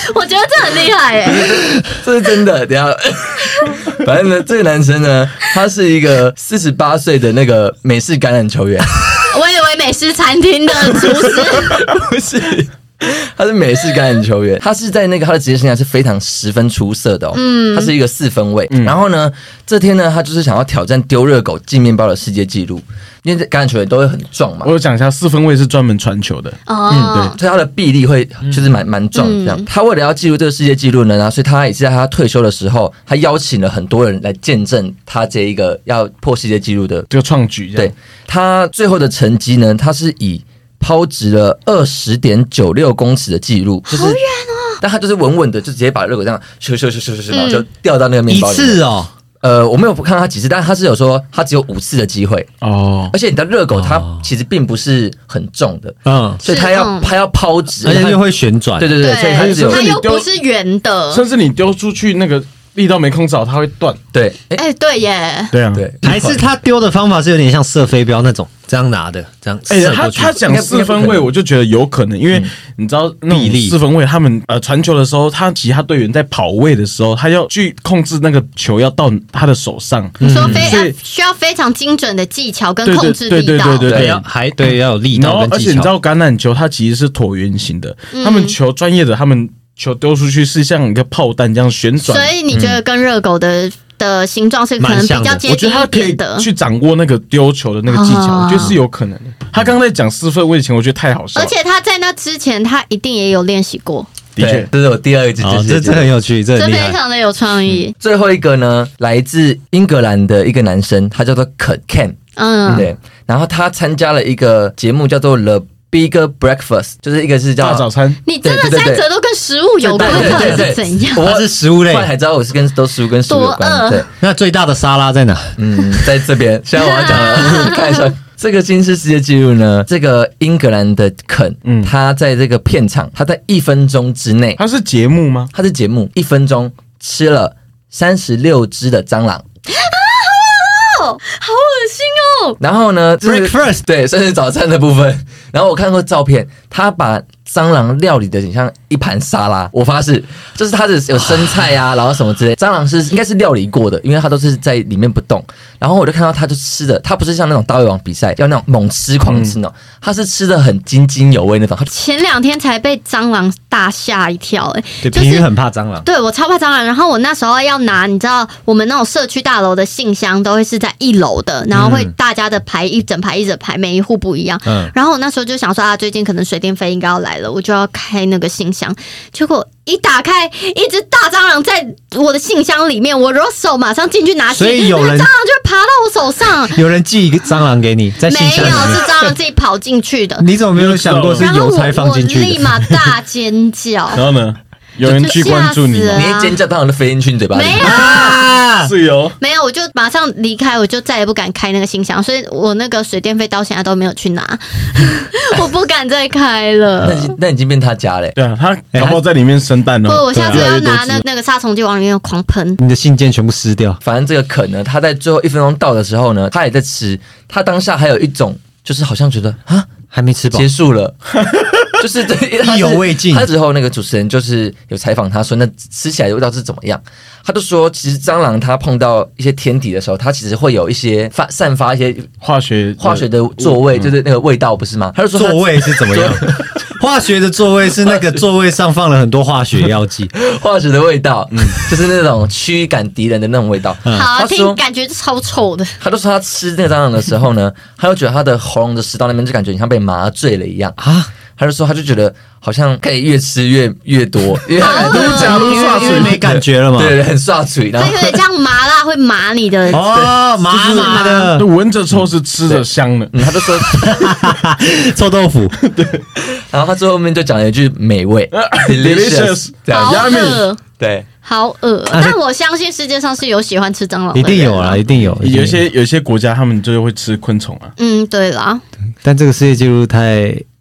我觉得这很厉害哎、欸， 这是真的。等一下，反正呢，这个男生呢，他是一个四十八岁的那个美式橄榄球员。 我以为美式餐厅的厨师， 不是。他是美式橄榄球员，他是在那个他的职业生涯是非常十分出色的哦。嗯，他是一个四分卫。嗯、然后呢，这天呢，他就是想要挑战丢热狗进面包的世界纪录，因为橄榄球员都会很壮嘛。 我有讲一下，四分卫是专门传球的。 哦， 嗯，对，所以他的臂力会就是蛮蛮壮这样。嗯、他为了要记录这个世界纪录呢，然后所以他也是在他退休的时候，他邀请了很多人来见证他这一个要破世界纪录的这个创举。 对，他最后的成绩呢，他是以抛掷了二十点九六公尺的记录，就是， 好远哦！ 但他就是稳稳的，就直接把热狗这样咻咻咻咻咻，然后就掉到那个面包里面。 一次哦， 呃，我没有看到他几次，但是他是有说他只有五次的机会哦。 而且你的热狗它其实并不是很重的， 嗯， 所以他要他要抛掷， 而且又会旋转， 对对对，所以它只有它又不是圆的， 甚至你丢出去那个力道没控制好，它会断。 对， 哎、欸，对耶， 对啊， 对， 还是他丢的方法是有点像射飞镖那种，这样拿的，这样射过去。 他他讲四分卫，我就觉得有可能，因为你知道那种四分卫他们呃传球的时候，他其他队员在跑位的时候，他要去控制那个球要到他的手上。 你说非要需要非常精准的技巧跟控制力道， 对对对对对， 要还对要有力道跟技巧。 而且你知道橄榄球它其实是椭圆形的，他们球专业的他们。球丢出去是像一个炮弹这样旋转， 所以你觉得跟热狗的、嗯、的形状是可能比较接近一点的？ 我觉得他可以去掌握那个丢球的那个技巧，哦、我觉得是有可能的。他刚才讲四分卫前，我觉得太好笑了。 而且他在那之前，他一定也有练习过。 的确，这是我第二个句子、哦， 这这很有趣，这很厉害， 这非常的有创意、 嗯。最后一个呢，来自英格兰的一个男生，他叫做肯 Ken， 嗯，对，然后他参加了一个节目叫做 The Big Breakfast， 就是一个是叫大早餐。 你真的三者都跟食物有关，到底是怎样？ 我是食物类， 后来才知道我是跟都食物跟食物有关。对， 那最大的沙拉在哪？ 嗯，在这边。现在我要讲了，看一下这个金氏世界纪录呢。这个英格兰的肯，嗯，他在这个片场，他在一分钟之内， 他是节目吗？ 他是节目，一分钟吃了三十六只的蟑螂。 好恶心哦！ 然后呢 ，breakfast 对，算是早餐的部分。然后我看过照片，他把蟑螂料理的很像一盘沙拉。我发誓，就是它的有生菜啊，然后什么之类。蟑螂是应该是料理过的，因为它都是在里面不动。然后我就看到他就吃的，他不是像那种大胃王比赛要那种猛吃狂吃那种，他、嗯、是吃的很津津有味那种。 前两天才被蟑螂大吓一跳、欸，哎， 对， 就是平鱼很怕蟑螂， 对我超怕蟑螂。然后我那时候要拿，你知道我们那种社区大楼的信箱都会是在一楼的，然后会大家的排一整排一整排，每一户不一样。嗯，然后我那时候就想说啊，最近可能水电费应该要来了，我就要开那个信箱，结果一打开，一只大蟑螂在我的信箱里面，我如果手马上进去拿起， 所以有人那个蟑螂就会爬到我手上。 有人寄一个蟑螂给你，在信箱里面， 没有，是蟑螂自己跑进去的。 你怎么没有想过是邮差放进去的？ 然后我我立马大尖叫。 然后呢？有人去关注你吗？ 你一尖叫，蟑螂就飞进去你嘴巴里。 没有， 啊、是有。 没有，我就马上离开，我就再也不敢开那个信箱，所以我那个水电费到现在都没有去拿，我不敢再开了。 那那已经变他家嘞。 对啊，他搞不好在里面生蛋哦。 不，我下次要拿那那个杀虫剂往里面狂喷， 你的信件全部撕掉。 反正这个肯呢，他在最后一分钟到的时候呢，他也在吃，他当下还有一种就是好像觉得啊还没吃饱， 结束了。就是对， 意犹未尽。 他之后那个主持人就是有采访他说，那吃起来的味道是怎么样？他就说，其实蟑螂它碰到一些天敌的时候，它其实会有一些发散发一些化学化学的座位，就是那个味道，不是吗？他就说座位是怎么样？化学的座位是那个座位上放了很多化学药剂， 化学的味道，嗯，就是那种驱赶敌人的那种味道。 嗯、好，听感觉超臭的。 他就说他吃那个蟑螂的时候呢，他就觉得他的喉咙的食道那边就感觉像被麻醉了一样啊。他就说，他就觉得好像可以越吃越越多，因为都讲都刷嘴没感觉了嘛， 对，很刷嘴，然后有点像麻辣会麻你的哦，麻麻的， 闻着臭是吃着香的。 嗯，他就说臭豆腐， 对，然后他最后面就讲了一句美味 ，delicious， 好恶， 对。 好恶，但我相信世界上是有喜欢吃蟑螂的人， 一定有啦，一定有。 有一些有一些国家他们就会吃昆虫啊。 嗯，对啦。 但这个世界纪录太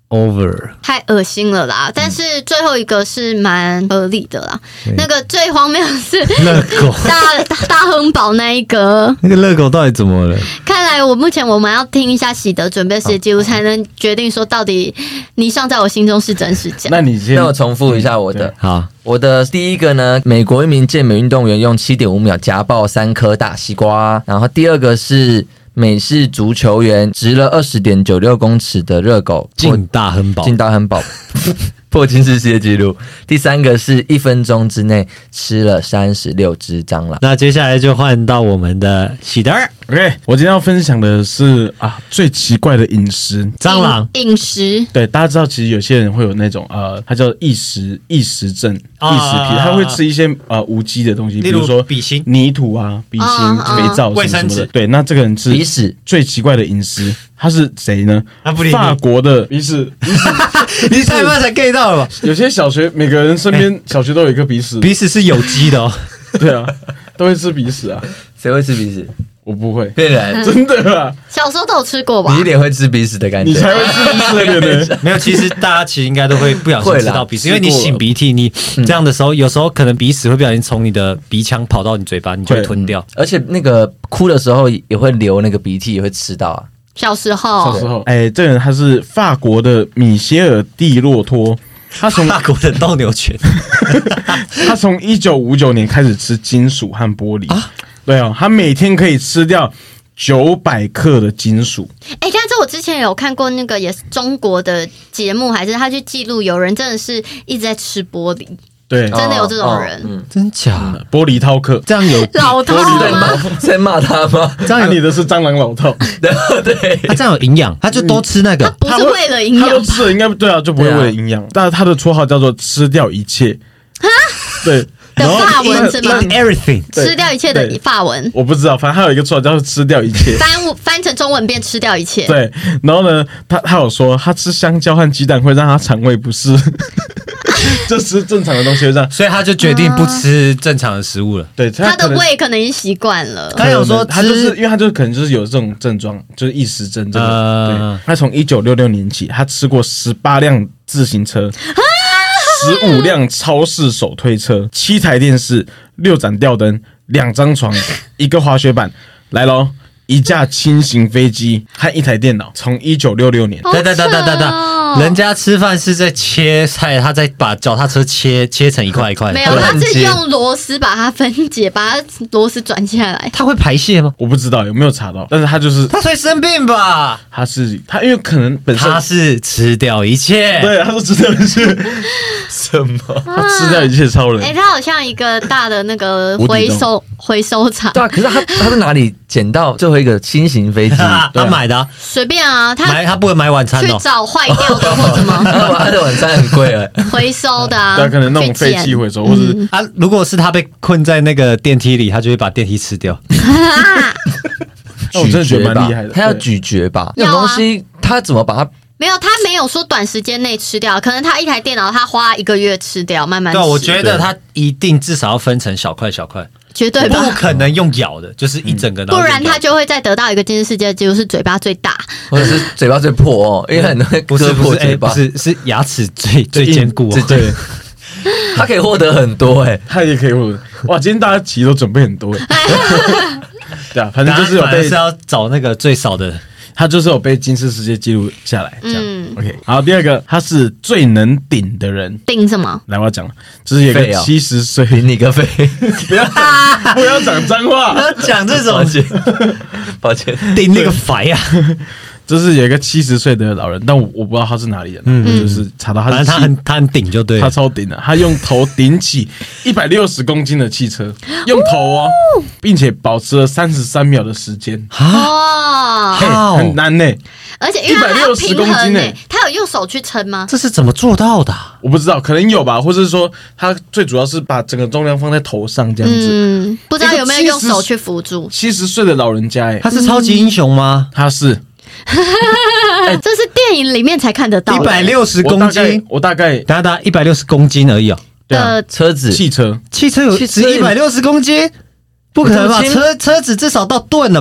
over， 太恶心了啦！但是最后一个是蛮合理的啦。那个最荒谬的是热狗， 大大亨堡那一个， 那个热狗到底怎么了？ 看来我目前我们要听一下喜德准备世界纪录，才能决定说到底倪尚在我心中是真是假。 那你先， 那我重复一下我的。 好， 我的第一个呢，美国一名健美运动员用 七点五 秒夹爆三颗大西瓜。然后第二个是美式足球员直了 二十点九六公尺的热狗进大亨堡， 进大亨堡破金氏世界纪录。第三个是一分钟之内吃了三十六只蟑螂。 那接下来就换到我们的喜德 OK， 我今天要分享的是啊最奇怪的饮食蟑螂饮食。 对，大家知道，其实有些人会有那种呃，它叫异食异食症、 啊异食癖，他会吃一些呃无机的东西，比例如如说笔芯泥土啊、笔芯、 啊啊肥皂、 卫生纸什么什么的。对，那这个人是鼻屎最奇怪的饮食，他是谁呢？ 啊不理你法国的鼻屎，鼻屎你太慢才 get 到了吧？ 有些小学每个人身边小学都有一个鼻屎， 鼻屎是有机的哦。 对啊，都会吃鼻屎啊。 谁会吃鼻屎？ 我不会， 骗人！ 真的啊， 小时候都有吃过吧？ 你一脸会吃鼻屎的感觉， 你才会吃鼻屎的人呢。 没有，其实大家其实应该都会不小心会啦吃到鼻屎，因为你擤鼻涕，你这样的时候，有时候可能鼻屎会不小心从你的鼻腔跑到你嘴巴，你就会吞掉。 而且那个哭的时候也会流那个鼻涕，也会吃到啊。 小时候， 小时候，哎，这个人他是法国的米歇尔·蒂洛托。他从法国的斗牛犬， 他从一九五九年开始吃金属和玻璃啊，对哦，他每天可以吃掉九百克的金属。 哎、欸，但是我之前有看过那个也是中国的节目，还是他去记录有人真的是一直在吃玻璃， 对， 真的有这种人， 哦嗯、 真假？ 玻璃饕客， 这样有老饕在骂在骂他吗？ 这样你的是蟑螂老饕， 对， 啊，这样有营养，他就多吃那个。 不是为了营他养吧？ 都吃了，应该对啊，就不会为了营养。但是他的绰号叫做“吃掉一切”，对，然后的法文是吗？ Eat everything， 对吃掉一切的对法文， 我不知道，反正他有一个绰号叫做“吃掉一切”。 翻翻成中文变吃掉一切。 对，然后呢，他他有说他吃香蕉和鸡蛋会让他肠胃不适，就吃正常的东西会让， 所以他就决定不吃正常的食物了。 对他的可能胃可能已经习惯了。 他有说他就是吃因为他就可能就是有这种症状，就是异食症这个。 呃对，他从一九六六年起，他吃过十八辆自行车，十五辆超市手推车，七台电视，六盏吊灯，两张床，一个滑雪板，来喽。一架轻型飞机和一台电脑，从一九六六年， 好对对对对对对， 扯人家吃饭是在切菜，他在把脚踏车切切成一块一块的。 没有，他是用螺丝把它分解，把它螺丝转下来。 他会排泄吗？ 我不知道有没有查到，但是他就是他会生病吧？ 他是他，因为可能本身他是吃掉一切。 对，他说吃掉一切， 什么？ 他吃掉一切超人。 哎、欸，他好像一个大的那个回收回收厂， 对啊，可是他他在哪里捡到最后一个轻型飞机？ 他买的啊， 随便啊，他买他不会买晚餐去哦。 找坏掉的或什么他的晚餐很贵哎， 回收的啊， 对啊，可能那种废弃回收，或者嗯啊，如果是他被困在那个电梯里，他就会把电梯吃掉。 那我真的觉得蛮厉害的。 他要咀嚼吧？那要啊种东西他怎么把它？ 没有，他没有说短时间内吃掉，可能他一台电脑他花一个月吃掉，慢慢吃。 对，我觉得他一定至少要分成小块小块， 绝对不吧， 可能用咬的，就是一整个。 不然他就会再得到一个吉尼斯世界纪录，是嘴巴最大。 或者是嘴巴最破哦，因为很多会割不是不是哎破嘴巴， 不是是牙齿最最坚固哦。 对， 他可以获得很多哎。 他也可以获得。哇，今天大家其实都准备很多。对啊，反正就是有被反正是要找那个最少的。 他就是有被金氏世界纪录下来，这样、 嗯 OK。好，第二个他是最能顶的人， 顶什么？ 来我要讲了，就是有一个废哦七十岁， 顶你个肺！ 不要不要讲脏话， 要讲这种抱歉，抱歉。 顶那个烦呀， 就是有一个七十岁的老人，但我我不知道他是哪里人，嗯，就是查到他是反正他很他很顶就对他了。 超顶的，他用头顶起一百六十公斤的汽车，用头哦，并且保持了三十三秒的时间， 哦， 嘿好很难呢。 而且因为他要 160 平公斤欸衡诶，他有用手去撑吗？ 这是怎么做到的啊？ 我不知道，可能有吧，或者是说他最主要是把整个重量放在头上这样子。 嗯，不知道有没有用手去辅助。 七十岁的老人家，哎， 他是超级英雄吗？ 他是这是电影里面才看得到的。 一百六十我大概公斤， 我大概大家一百六十公斤而已哦。 对啊， 的车子汽车汽车有汽车值一百六十公斤，不可能吧？ 这么轻车车子至少到吨了吧？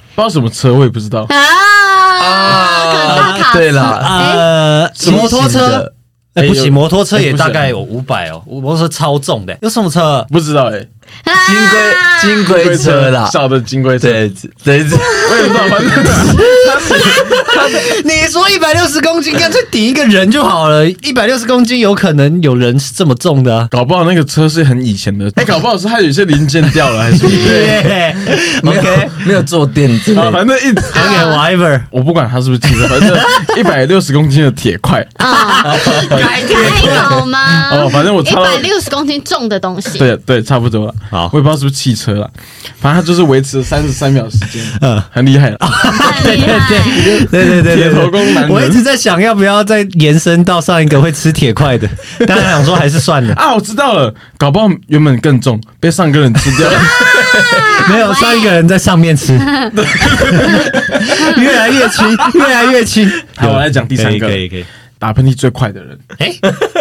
不知道什么车，我也不知道。 啊，可能大卡车对啦呃， 骑摩托车行的。 哎、不哎有行，摩托车哎不是也大概有五百哦，摩托车超重的，有什么车？ 不知道哎、欸， 金龟金龟车啦， 小的金龟车， 对对， 我也不知道，反正你说一百六十公斤，干脆顶一个人就好了。一百六十公斤有可能有人是这么重的、啊。 搞不好那个车是很以前的，哎、搞不好是它有一些零件掉了，还是什么之类的。 对没有 ，OK， 没有坐垫之类啊， 的。 反正一 OK，whatever， 我不管它是不是汽车，反正一百六十公斤的铁块。 啊， 改还有吗？ 哦，反正我一查到百六十公斤重的东西， 对对，差不多了。 好我也不知道是不是汽车了，反正它就是维持了三十三秒时间， 嗯嗯，很厉害了。 很厉害。 对对对对， 铁头功男人我一直在想要不要再延伸到上一个会吃铁块的，但是想说还是算了。 啊，我知道了，搞不好原本更重，被上个人吃掉了。 没有上一个人在上面吃，越来越轻，越来越轻。 好，我来讲第三个， 可以可以可以。 打喷嚏最快的人。 哎，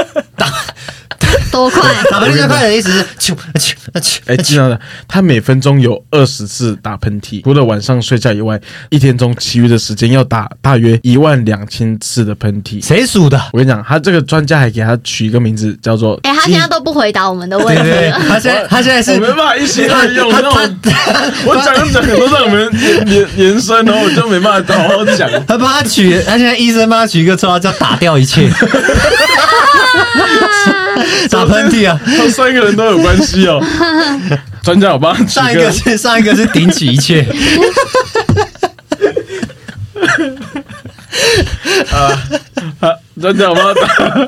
多快？ 打喷嚏最快的意思是啾啾啾， 哎，记到了，他每分钟有二十次打喷嚏，除了晚上睡觉以外，一天中其余的时间要打大约一万两千次的喷嚏。 谁数的？ 我跟你讲，他这个专家还给他取一个名字，叫做哎，他现在都不回答我们的问对对对， 题了。 他现在他现在是我没办法一心二用， 他那种他我讲着讲着都让我们延延延伸，然后我就没办法好好讲。 他帮他取，他现在医生帮他取一个绰号叫打掉一切，打喷嚏啊。 他三个人都有关系哦。专家，我帮他取上一个是上一个是顶起一切， 啊，专家，我帮他打。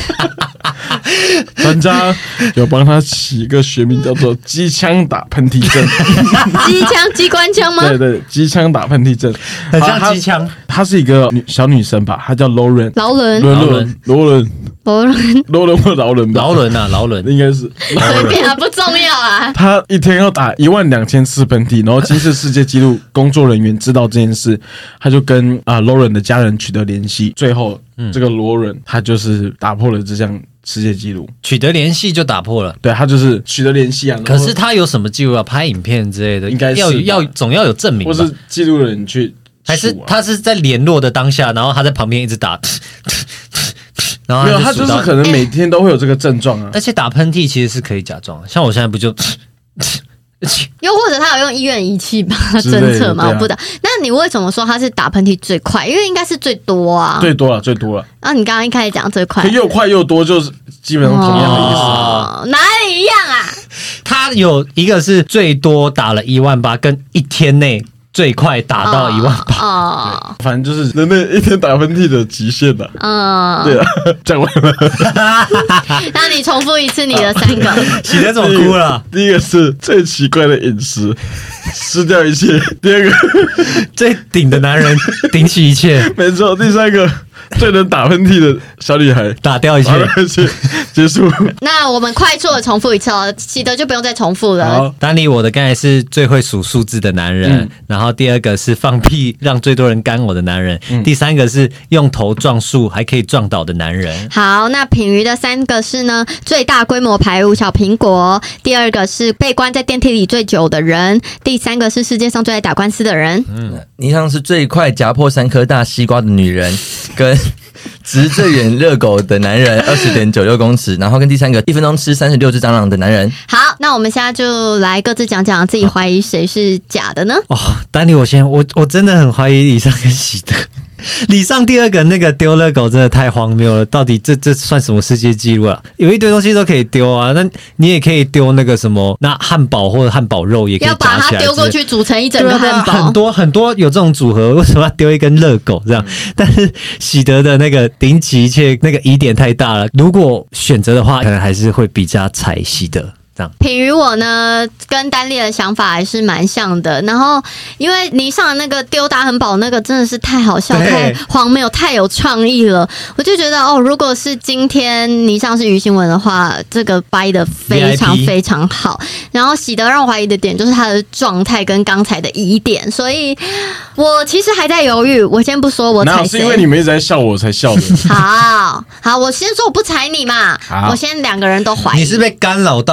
专家有帮他起一个学名，叫做“机枪打喷嚏症”。 机枪、机关枪吗？ 对对，机枪打喷嚏症， 很像她机枪。 她是一个女小女生吧，她叫 Lauren。 劳伦、 伦伦劳伦罗伦劳伦， 罗伦或劳伦吧， 劳伦啊，劳伦。 应该是。 随便啊，不重要啊。 他一天要打一万两千次喷嚏，然后金氏世界纪录工作人员知道这件事，他就跟啊 Lauren 的家人取得联系，最后、 嗯、 这个 Lauren 他就是打破了这项世界纪录， 取得联系就打破了。 对他就是取得联系啊。 可是他有什么记录啊？拍影片之类的， 应该是要吧要总要有证明吧， 或是记录人去、啊， 还是他是在联络的当下，然后他在旁边一直打，然后没有，他就是他就数到可能每天都会有这个症状啊。 而且打喷嚏其实是可以假装，像我现在不就， 又或者他有用医院仪器帮他之类的侦测吗？ 对啊我不知道。那你为什么说他是打喷嚏最快？因为应该是最多啊。 最多了，最多了， 啊，你刚刚一开始讲最快可，又快又多，就是基本上同样的意思。 哦，哪里一样啊？ 他有一个是最多打了一万八，跟一天内最快打到一万八。 哦， 反正就是人类一天打喷嚏的极限的、啊。 嗯， 对啊，讲完了。 那你重复一次你的三个。 喜德怎么哭了？ 第一个是最奇怪的饮食，失掉一切。第二个， 最顶的男人顶起一切， 没错。第三个，最能打喷嚏的小女孩， 打掉一切好。了，结结束。 那我们快速的重复一次哦，喜德就不用再重复了。 好， 丹尼，我的刚才是最会数数字的男人， 嗯然后第二个是放屁让最多人干我的男人， 嗯第三个是用头撞树还可以撞倒的男人。 好，那品瑜的三个是呢，最大规模排污小苹果；第二个是被关在电梯里最久的人；第三个是世界上最爱打官司的人。 你像是最快夹破三颗大西瓜的女人，跟直最远热狗的男人，二十点九六公尺，然后跟第三个一分钟吃三十六只蟑螂的男人。 好，那我们现在就来各自讲讲自己怀疑谁是假的呢？ 哦，丹尼，我先，我我真的很怀疑李尚跟喜德。李尚第二个那个丢热狗真的太荒谬了，到底这这算什么世界纪录啊？有一堆东西都可以丢啊，那你也可以丢那个什么，那汉堡或者汉堡肉也可以要把夹起来它丢过去组成一整个对啊汉堡。 很多很多有这种组合，为什么要丢一根热狗这样？但是喜德的那个顶起一切那个疑点太大了，如果选择的话，可能还是会比较踩喜德。这样， 品瑜我呢，跟丹丽的想法还是蛮像的。然后，因为倪尚的那个丢大汉堡那个真的是太好笑、 对太荒谬、太有创意了，我就觉得哦，如果是今天倪尚是于新闻的话，这个掰的非常 V I P 非常好。然后喜德让我怀疑的点就是他的状态跟刚才的疑点，所以我其实还在犹豫。我先不说我踩谁， 哪有是因为你们一直在笑我才笑的？ 好好，我先说我不踩你嘛， 好我先两个人都怀疑。 你是被干扰到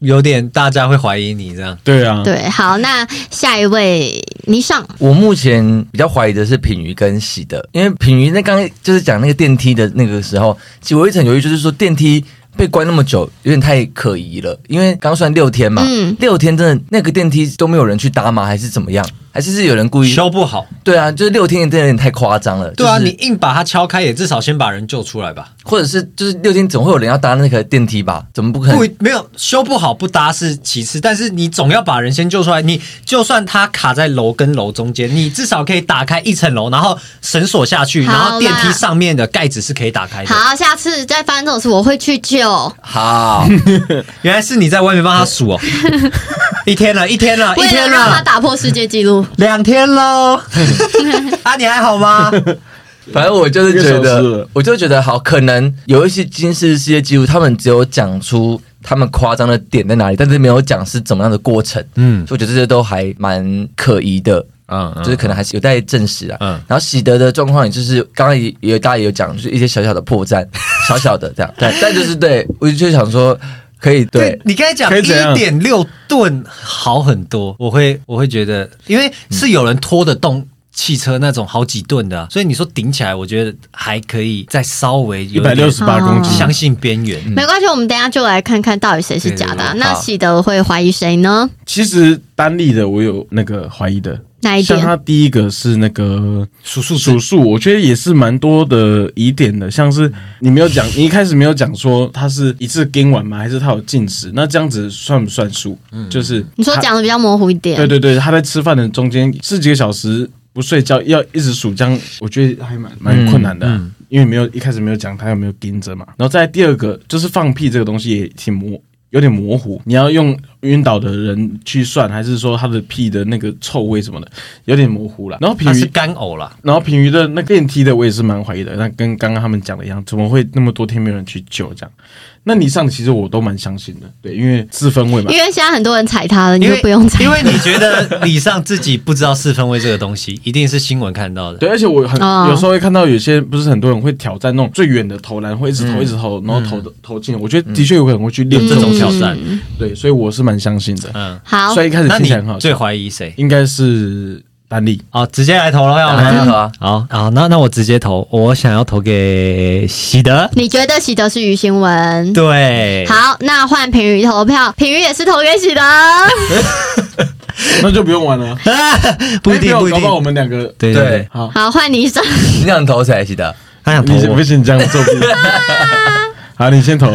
有点大家会怀疑你这样。 对啊， 对，好，那下一位倪尚， 我目前比较怀疑的是品瑜跟喜德，因为品瑜那刚刚就是讲那个电梯的那个时候，其实我一直很犹豫，就是说电梯被关那么久，有点太可疑了。因为刚算六天嘛， 嗯六天真的那个电梯都没有人去搭吗？还是怎么样？还是是有人故意修不好？ 对啊，就是六天真的有点太夸张了。 对啊， 就是你硬把它敲开，也至少先把人救出来吧。 或者是就是六天总会有人要搭那个电梯吧？怎么不可能？ 不，没有修不好不搭是其次，但是你总要把人先救出来。你就算他卡在楼跟楼中间，你至少可以打开一层楼，然后绳索下去， 好啦然后电梯上面的盖子是可以打开的。 好，下次再发生这种事，我会去救。 好， 原来是你在外面帮他数哦。一天了，一天了，一为了天让他了， 打破世界纪录， 两天喽。啊，你还好吗？ 反正我就是觉一个小时得了， 我就觉得好，可能有一些金氏世界纪录，他们只有讲出他们夸张的点在哪里，但是没有讲是怎么样的过程。 嗯所以我觉得这些都还蛮可疑的。 嗯， 就是可能还是有待证实啊。 嗯然后喜德的状况，也就是刚刚也也大家也有讲，就是一些小小的破绽，小小的这样。对，但就是对我就想说，可以对对，你刚才讲一可以怎样点六吨好很多，我会我会觉得，因为是有人拖得动汽车那种好几吨的、啊，所以你说顶起来，我觉得还可以再稍微一有一点百六十八公斤， 相信边缘。 没关系，我们等一下就来看看到底谁是假的啊、 对对对那好喜德会怀疑谁呢？ 其实单例的我有那个怀疑的， 哪一点？ 像他第一个是那个数数数数，我觉得也是蛮多的疑点的，像是你没有讲，你一开始没有讲说他是一次跟完吗？还是他有进食？那这样子算不算数？就是你说他讲的比较模糊一点。 对对对，他在吃饭的中间十几个小时不睡觉，要一直数，这样我觉得还蛮蛮困难的、啊嗯嗯因为没有一开始没有讲他有没有盯着嘛。然后再来第二个就是放屁这个东西也挺模有点模糊，你要用晕倒的人去算，还是说他的屁的那个臭味什么的，有点模糊了。然后品它是瑜， 干呕啦。 然后品瑜的那个电梯的我也是蛮怀疑的，那跟刚刚他们讲的一样，怎么会那么多天没有人去救这样？那你上的其实我都蛮相信的，对，因为四分位嘛因。为现在很多人踩他了，你就因为不用踩。 因为你觉得李尚自己不知道四分位这个东西，一定是新闻看到的。 对，而且我很、 哦有时候会看到有些不是很多人会挑战那种最远的投篮，会一直投、 嗯一直投，然后投的、投进。我觉得的确有可能会去练这这种挑种挑战嗯对，所以我是蛮相信的。 嗯， 好所，以一开始那你听起来很好笑， 最怀疑谁？ 应该是丹利。 好，直接来投了，要当然吗？ 啊， 好，好，那那我直接投，我想要投给喜德。 你觉得喜德是于新闻？ 对， 好，那换平宇投票，平宇也是投给喜德。 那就不用玩了， 不一定，不一哎没有搞不好我定。 们两个对对对， 好。 好，换你上。 你想投谁？喜德？ 他想投我你不。行，你这样作弊。好，你先投。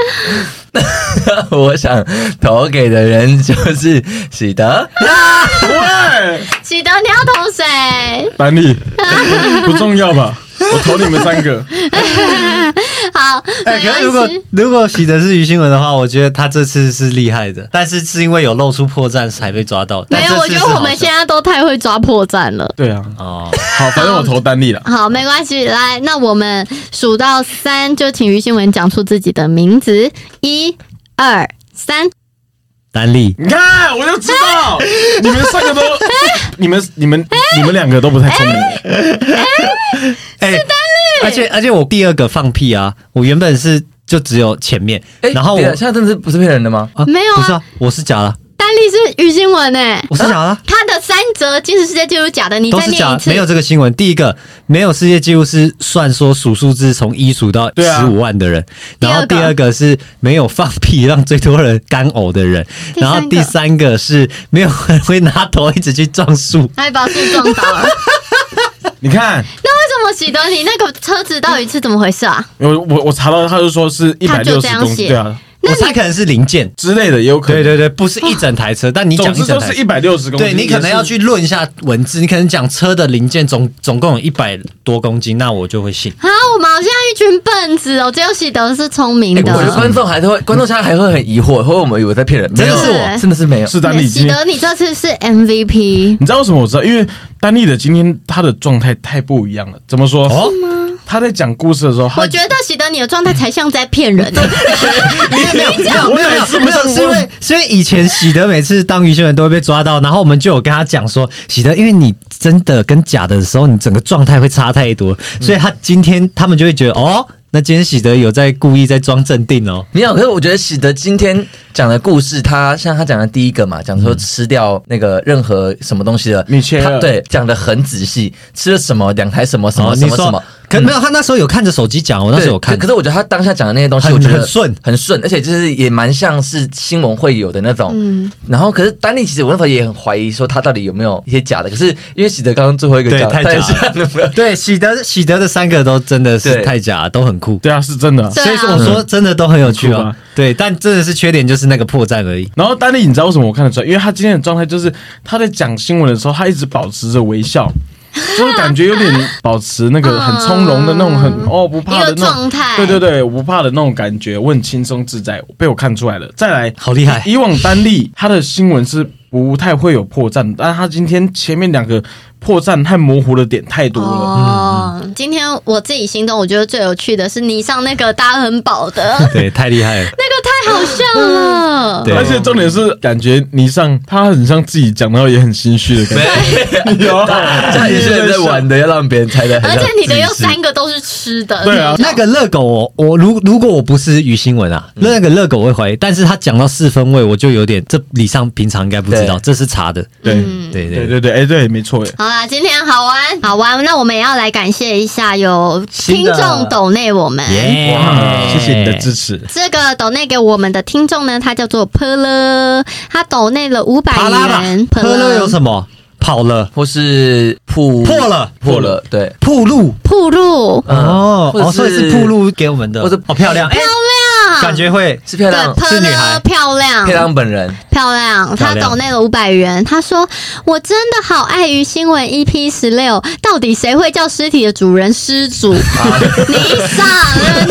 我想投给的人就是喜德。 喂， 喜德，你要投谁？ 丹利不重要吧？我投你们三个。 好， 哎、 没关可是如果系。 如果喜德是于新闻的话，我觉得他这次是厉害的，但是是因为有露出破绽才被抓到。 没有，我觉得我们现在都太会抓破绽了。 对啊， 哦， 好，反正我投丹利了。 好，没关系，来，那我们数到三，就请于新闻讲出自己的名字。一、二、三。 丹利， 你看，我就知道，你们三个都，你们、你们、你们两个都不太聪明。 哎、而且而且我第二个放屁啊，我原本是就只有前面， 哎， 然后我等一下现在真的是不是骗人的吗？ 啊没有啊不是啊，我是假的， 丹利是于新闻诶、 我是假的。 他的三则金氏世界纪录假的，你都是假的， 再念一次。 没有这个新闻。第一个，没有世界纪录是算说数数字从一数到对啊十五万的人， 第二个然后第二个是没有放屁让最多人干呕的人， 第三个然后第三个是没有人会拿头一直去撞树。 还把树撞倒了。 你看， 那为什么喜德你那个车子到底是怎么回事啊？ 我我我查到，他就说是一百他就六这样写十公斤，对啊我猜可能是零件， 之类的，也有可能。 对对对，不是一整台车，但你讲一整台总之都是一。百六十公斤。 对你可能要去论一下文字，你可能讲车的零件总总共有一百多公斤，那我就会信。 啊，我们好像一群笨子哦，只有喜德是聪明的。 哎我觉得观众还是会，观众现在还会很疑惑，会不会我们以为在骗人？没有， 真的是我真的是没有。 是丹利今天。 喜德，你这次是 M V P。 你知道为什么我知道？因为丹利的今天他的状态太不一样了。怎么说？ 哦， 他在讲故事的时候，他我觉得喜德你的状态才像在骗人呢。 没有没有没有没有没有我没有，是因为是因为以前喜德每次当娱新闻都会被抓到，然后我们就有跟他讲说，喜德，因为你真的跟假的时候，你整个状态会差太多，所以他今天他们就会觉得哦。 那今天喜德有在故意在装镇定哦。 没有，可是我觉得喜德今天讲的故事，他像他讲的第一个嘛，讲说吃掉那个任何什么东西的， 米切尔他对讲的很仔细，吃了什么两台什么什么哦你说什么什么。 可没有，他那时候有看着手机讲，我那时候有看。 可是我觉得他当下讲的那些东西， 很我觉得很顺很顺，而且就是也蛮像是新闻会有的那种。 嗯， 然后可是丹尼其实我那时候也很怀疑说他到底有没有一些假的，可是因为喜德刚刚最后一个对讲太假了了， 对，喜德喜德的三个都真的是对太假了，都很酷。 对啊，是真的啊。 对啊所以说我说真的都很有趣哦很酷啊。 对，但真的是缺点就是那个破绽而已。 然后丹尼，你知道为什么我看得出来？因为他今天的状态就是他在讲新闻的时候，他一直保持着微笑，就是感觉有点保持那个很从容的那种很哦不怕的一个那种状态对对对，我不怕的那种感觉，我很轻松自在，被我看出来了。再来， 好厉害以往丹利他的新闻是不太会有破绽，但他今天前面两个破绽太模糊的点太多了。 哦，今天我自己心中我觉得最有趣的是你上那个大亨堡的， 对，太厉害了。 那个太好笑了。 对而且重点是，感觉倪尚他很像自己讲，然后也很心虚的感觉。有， 这样也是人在玩的，要让别人猜的。 而且你的又三个都是吃的， 对啊那个热狗我，我如如果我不是于新闻啊，那个热狗我会怀疑，但是他讲到四分位，我就有点，这李尚平常应该不知道， 对这是查的。 对嗯对对对对对，哎，对，没错，哎， 好啦，今天好玩好玩，那我们也要来感谢一下有听众抖内我们。 耶哇，谢谢你的支持。 这个抖内给我们的听众呢，他叫做 p 了，他抖内了五百帕拉吧元。 喝了有什么？跑了， 或是破破了破了，对， 铺路铺路哦， 或者哦，所以是铺路给我们的， 或者好漂亮，哎， 漂亮， 感觉会对是漂亮， p 是女孩了漂亮漂亮本人， 漂亮，他漂亮抖内了五百元。他说：“我真的好爱于新闻 E P 十六，到底谁会叫尸体的主人失主？你傻了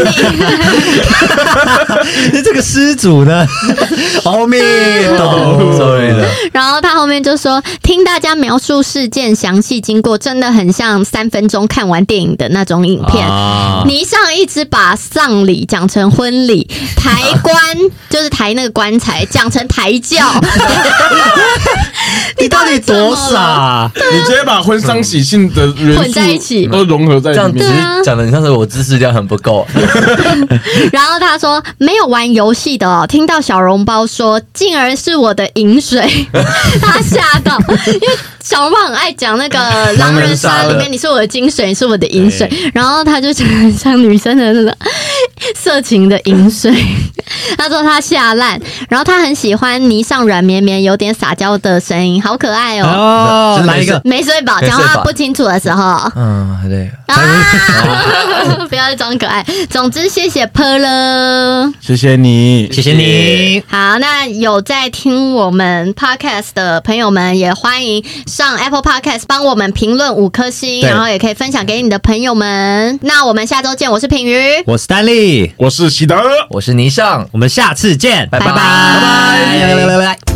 你！” 这个失主呢？阿弥陀 ，sorry 的， 然后他后面就说：“听大家描述事件详细经过，真的很像三分钟看完电影的那种影片。 啊倪尚一直把丧礼讲成婚礼，抬棺就是抬那个棺材讲成抬轿。 你到底多傻？ 你直接把婚丧喜庆的元混在一起素都融合在这样只里面。 啊是讲的很像是我知识量很不够。 然后他说没有玩游戏的哦，听到小笼包说竟然是我的饮水，他吓到，因为小笼包很爱讲那个狼人杀里面你是我的金水，你是我的饮水，然后他就讲很像女生的那种色情的饮水。他说他吓烂，然后他很喜欢倪尚软绵绵、有点撒娇的声音，好可爱哦。 哦真，的来一个， 没睡饱， 没睡饱讲话不清楚的时候。 嗯，对， 啊！不要再装可爱。总之，谢谢 p 了。 谢谢你， 谢谢你。 好，那有在听我们 podcast 的朋友们，也欢迎上 Apple Podcast 帮我们评论五颗星， 对然后也可以分享给你的朋友们。那我们下周见，我是品瑜， 我是丹利， 我是喜德。 我是倪尚。 我们下次见， 拜拜拜拜拜拜。